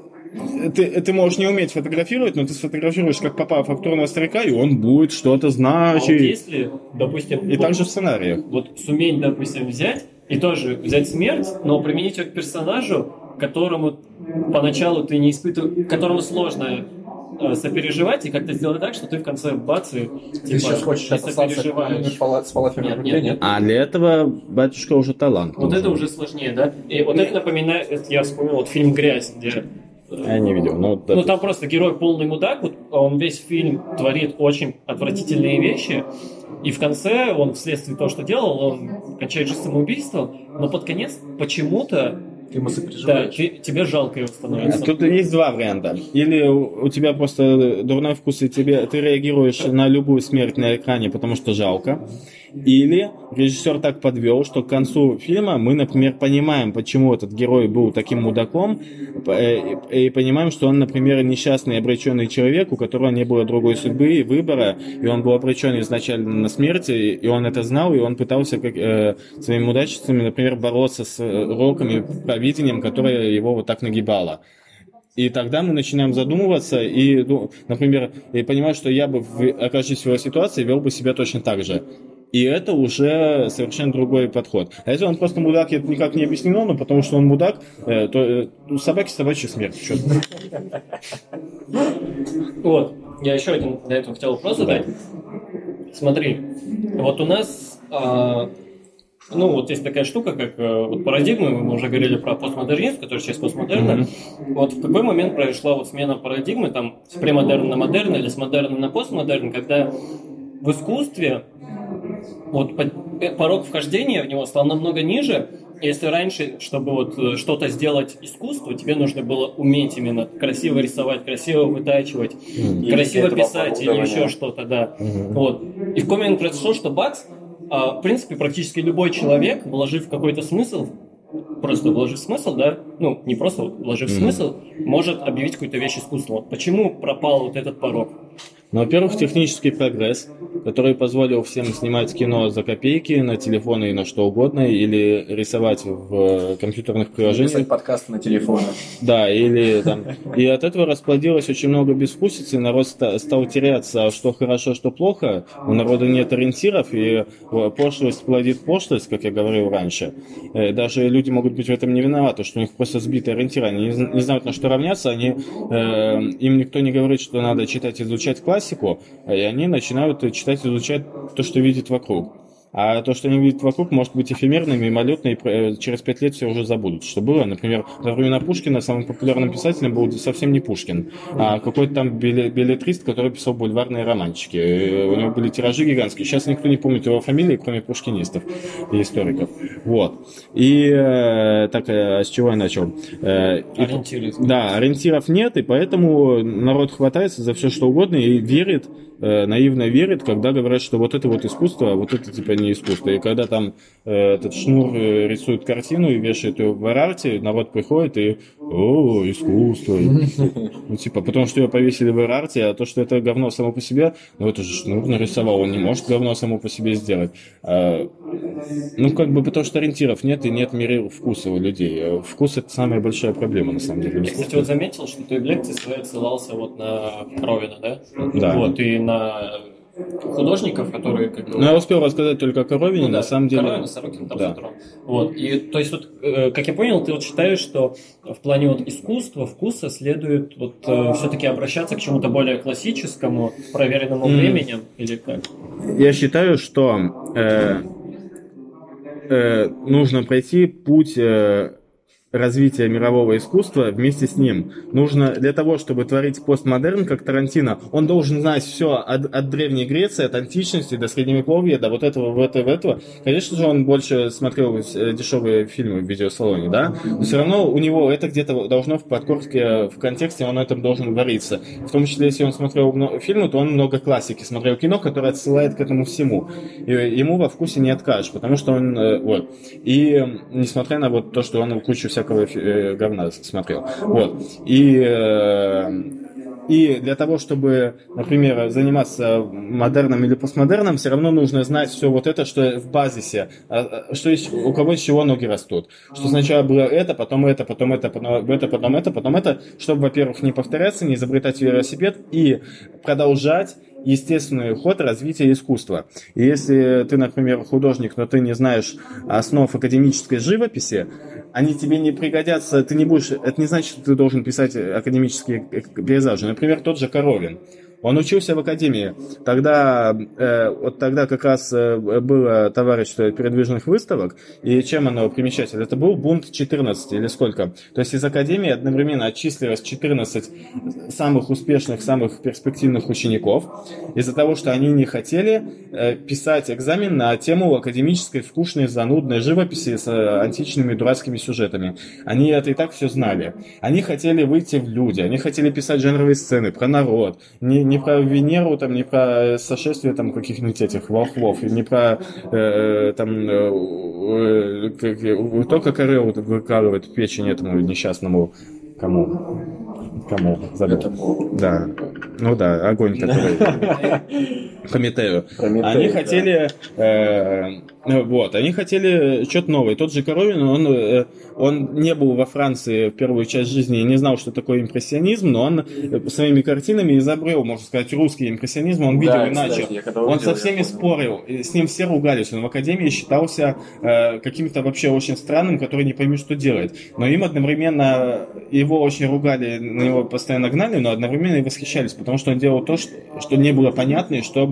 Ты, ты можешь не уметь фотографировать, но ты сфотографируешь как папа фактурного старика, и он будет что-то значить. А вот если, допустим... И вот, также в сценариях. Вот суметь, допустим, взять, и тоже взять смерть, но применить ее к персонажу, которому поначалу ты не испытываешь, которому сложно э, сопереживать, и как-то сделать так, что ты в конце бац, и ты типа, сейчас хочешь сопереживаешь. С нет, нет, нет. А для этого, батюшка, уже талант. Вот нужен. Это уже сложнее, да? И вот это напоминает, я вспомнил вот фильм «Грязь», где... Я не видел. Но, ну, там просто герой полный мудак, вот, он весь фильм творит очень отвратительные вещи, и в конце он вследствие того, что делал, он кончает жизнь самоубийством, но под конец почему-то да, ты, тебе жалко его становится. Тут есть два варианта. Или у тебя просто дурной вкус, и тебе, ты реагируешь на любую смерть на экране, потому что жалко. Или режиссер так подвел, что к концу фильма мы, например, понимаем, почему этот герой был таким мудаком, и понимаем, что он, например, несчастный обреченный человек, у которого не было другой судьбы и выбора, и он был обречен изначально на смерть, и он это знал, и он пытался как, э, своими мудачествами, например, бороться с роками, провидением, которое его вот так нагибало. И тогда мы начинаем задумываться и, ну, например, и понимать, что я бы, окажись в его ситуации, вел бы себя точно так же. И это уже совершенно другой подход. А если он просто мудак, это никак не объяснено, но потому что он мудак, э, то э, собаки собачья смерть. Вот, я еще один до этого хотел вопрос задать. Смотри, вот у нас а, ну, вот есть такая штука, как вот парадигма, мы уже говорили про постмодернизм, который сейчас постмодерна. Mm-hmm. Вот в какой момент произошла вот смена парадигмы, там, с премодерна на модерн или с модерна на постмодерн, когда в искусстве вот порог вхождения в него стал намного ниже. Если раньше, чтобы вот что-то сделать искусство, тебе нужно было уметь именно красиво рисовать, красиво вытачивать, mm-hmm. красиво писать или еще что-то, да. Mm-hmm. Вот. И в какой момент произошло, что бац, а, в принципе, практически любой человек, вложив какой-то смысл, просто вложив смысл, да, ну, не просто вложив mm-hmm. смысл, может объявить какую-то вещь искусством. Почему пропал вот этот порог? Ну, во-первых, технический прогресс, который позволил всем снимать кино за копейки на телефоны и на что угодно, или рисовать в компьютерных приложениях. Писать подкасты на телефоны. Да, или там. И от этого расплодилось очень много безвкусицы, народ стал теряться, что хорошо, что плохо. У народа нет ориентиров, и пошлость плодит пошлость, как я говорил раньше. Даже люди могут быть в этом не виноваты, что у них просто сбиты ориентиры, они не знают, на что равняться, они, э, им никто не говорит, что надо читать, изучать классику, и они начинают читать, изучать то, что видят вокруг. А то, что они видят вокруг, может быть эфемерным, мимолетным, и через пять лет все уже забудут. Что было, например, во времена Пушкина самым популярным писателем был совсем не Пушкин, а какой-то там беллетрист, который писал бульварные романчики. У него были тиражи гигантские. Сейчас никто не помнит его фамилии, кроме пушкинистов и историков. Вот. И так, а с чего я начал? Ориентиров. Да, ориентиров нет, и поэтому народ хватается за все, что угодно и верит, наивно верит, когда говорят, что вот это вот искусство, а вот это типа не искусство. И когда там э, этот Шнур рисует картину и вешает ее в Эрарте, народ приходит и о, искусство. Ну, типа, потому что ее повесили в Эрарте, а то, что это говно само по себе, ну это же Шнур нарисовал, он не может говно само по себе сделать. А, ну, как бы, потому что ориентиров нет и нет мерил вкуса у людей. Вкус — это самая большая проблема, на самом деле. Я, кстати, вот заметил, что ты в лекции своей ссылался вот на Коровина, да? Да. Вот, и на художников, которые как бы... Ну, я успел рассказать только о Коровине, ну, да, на самом деле... Коровин, Сорокин, там, да. Вот, и, то есть, вот, как я понял, ты вот считаешь, что в плане вот искусства, вкуса следует вот все-таки обращаться к чему-то более классическому, проверенному mm. временем, или как? Я считаю, что э, э, нужно пройти путь... Э, развития мирового искусства вместе с ним. Нужно для того, чтобы творить постмодерн, как Тарантино, он должен знать все от, от Древней Греции, от античности до Средневековья, до вот этого, вот этого, этого. Конечно же, он больше смотрел дешевые фильмы в видеосалоне, да, но все равно у него это где-то должно в подкорке, в контексте, он этом должен вариться. В том числе, если он смотрел фильмы, то он много классики смотрел, кино, которое отсылает к этому всему. И ему во вкусе не откажешь, потому что он... Вот. И несмотря на вот то, что он кучу всякого всякого говна смотрел. Вот. И, и для того, чтобы, например, заниматься модерном или постмодерном, все равно нужно знать все вот это, что в базисе, что есть, у кого из чего ноги растут. Что сначала было это, потом это, потом это, потом это, потом это, потом это, чтобы, во-первых, не повторяться, не изобретать велосипед и продолжать естественный ход развития искусства. И если ты, например, художник, но ты не знаешь основ академической живописи, они тебе не пригодятся, ты не будешь, это не значит, что ты должен писать академические пейзажи. Например, тот же Коровин. Он учился в академии. Тогда, э, вот тогда как раз э, было товарищество передвижных выставок, и чем оно примечательно? Это был бунт четырнадцати или сколько? То есть из академии одновременно отчислилось четырнадцать самых успешных, самых перспективных учеников, из-за того, что они не хотели э, писать экзамен на тему академической скучной, занудной живописи с э, античными дурацкими сюжетами. Они это и так все знали. Они хотели выйти в люди, они хотели писать жанровые сцены про народ, не не про Венеру, там, не про сошествие там каких-нибудь этих волхвов, не про э, там э, э, только Карел выкалывает печень этому несчастному кому? Кому? Забыл. Да. Ну да, огонь, который... Прометею. Они хотели... Э, вот, они хотели что-то новое. Тот же Коровин, он, э, он не был во Франции в первую часть жизни и не знал, что такое импрессионизм, но он своими картинами изобрел, можно сказать, русский импрессионизм. Он видел да, иначе. Кстати, он увидел, со всеми спорил, с ним все ругались. Он в академии считался э, каким-то вообще очень странным, который не поймет, что делает. Но им одновременно его очень ругали, на него постоянно гнали, но одновременно и восхищались, потому что он делал то, что, что не было понятно и что было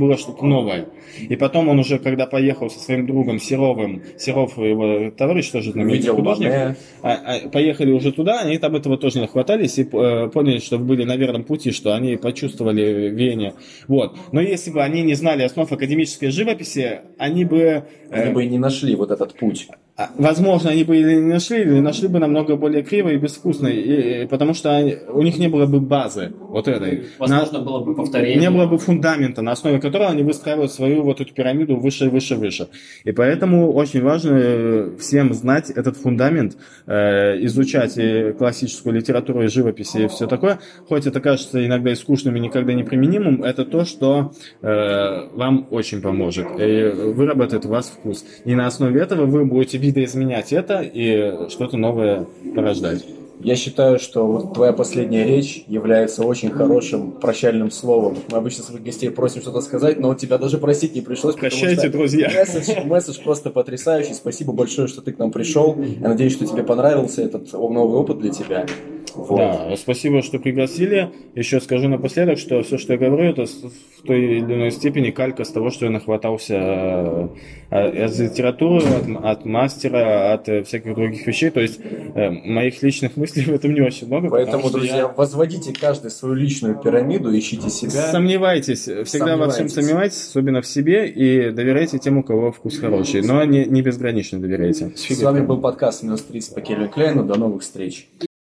было что-то новое. И потом он уже, когда поехал со своим другом Серовым, Серов, его товарищ, тоже знаменитый художник, а, а, поехали уже туда, они там этого тоже нахватались и э, поняли, что были на верном пути, что они почувствовали веяние. Вот. Но если бы они не знали основ академической живописи, они бы... Э, они бы и не нашли вот этот путь. Возможно, они бы или не нашли, или нашли бы намного более криво и безвкусно, и, и, потому что они, у них не было бы базы вот этой. Возможно, на, было бы повторение. Не было бы фундамента, на основе которого они выстраивают свою вот эту пирамиду выше, выше, выше. И поэтому очень важно всем знать этот фундамент, э, изучать и классическую литературу, и живопись, и все такое. Хоть это кажется иногда и скучным, и никогда не применимым, это то, что э, вам очень поможет и выработает у вас вкус. И на основе этого вы будете видоизменять это и что-то новое порождать. Я считаю, что вот твоя последняя речь является очень хорошим прощальным словом. Мы обычно своих гостей просим что-то сказать, но вот тебя даже просить не пришлось. Прощайте, друзья. Месседж, месседж просто потрясающий. Спасибо большое, что ты к нам пришел. Я надеюсь, что тебе понравился этот новый опыт для тебя. Вот. Да, спасибо, что пригласили. Еще скажу напоследок, что все, что я говорю, это в той или иной степени калька с того, что я нахватался от литературы, от, от мастера, от всяких других вещей. То есть моих личных мыслей в этом не очень много. Поэтому, друзья, я... возводите каждый свою личную пирамиду, ищите себя. Сомневайтесь, всегда во всем сомневайтесь, особенно в себе, и доверяйте тем, у кого вкус хороший, но не, не безгранично доверяйте. С вами был подкаст минус тридцать по Кельвин Кляйну. До новых встреч.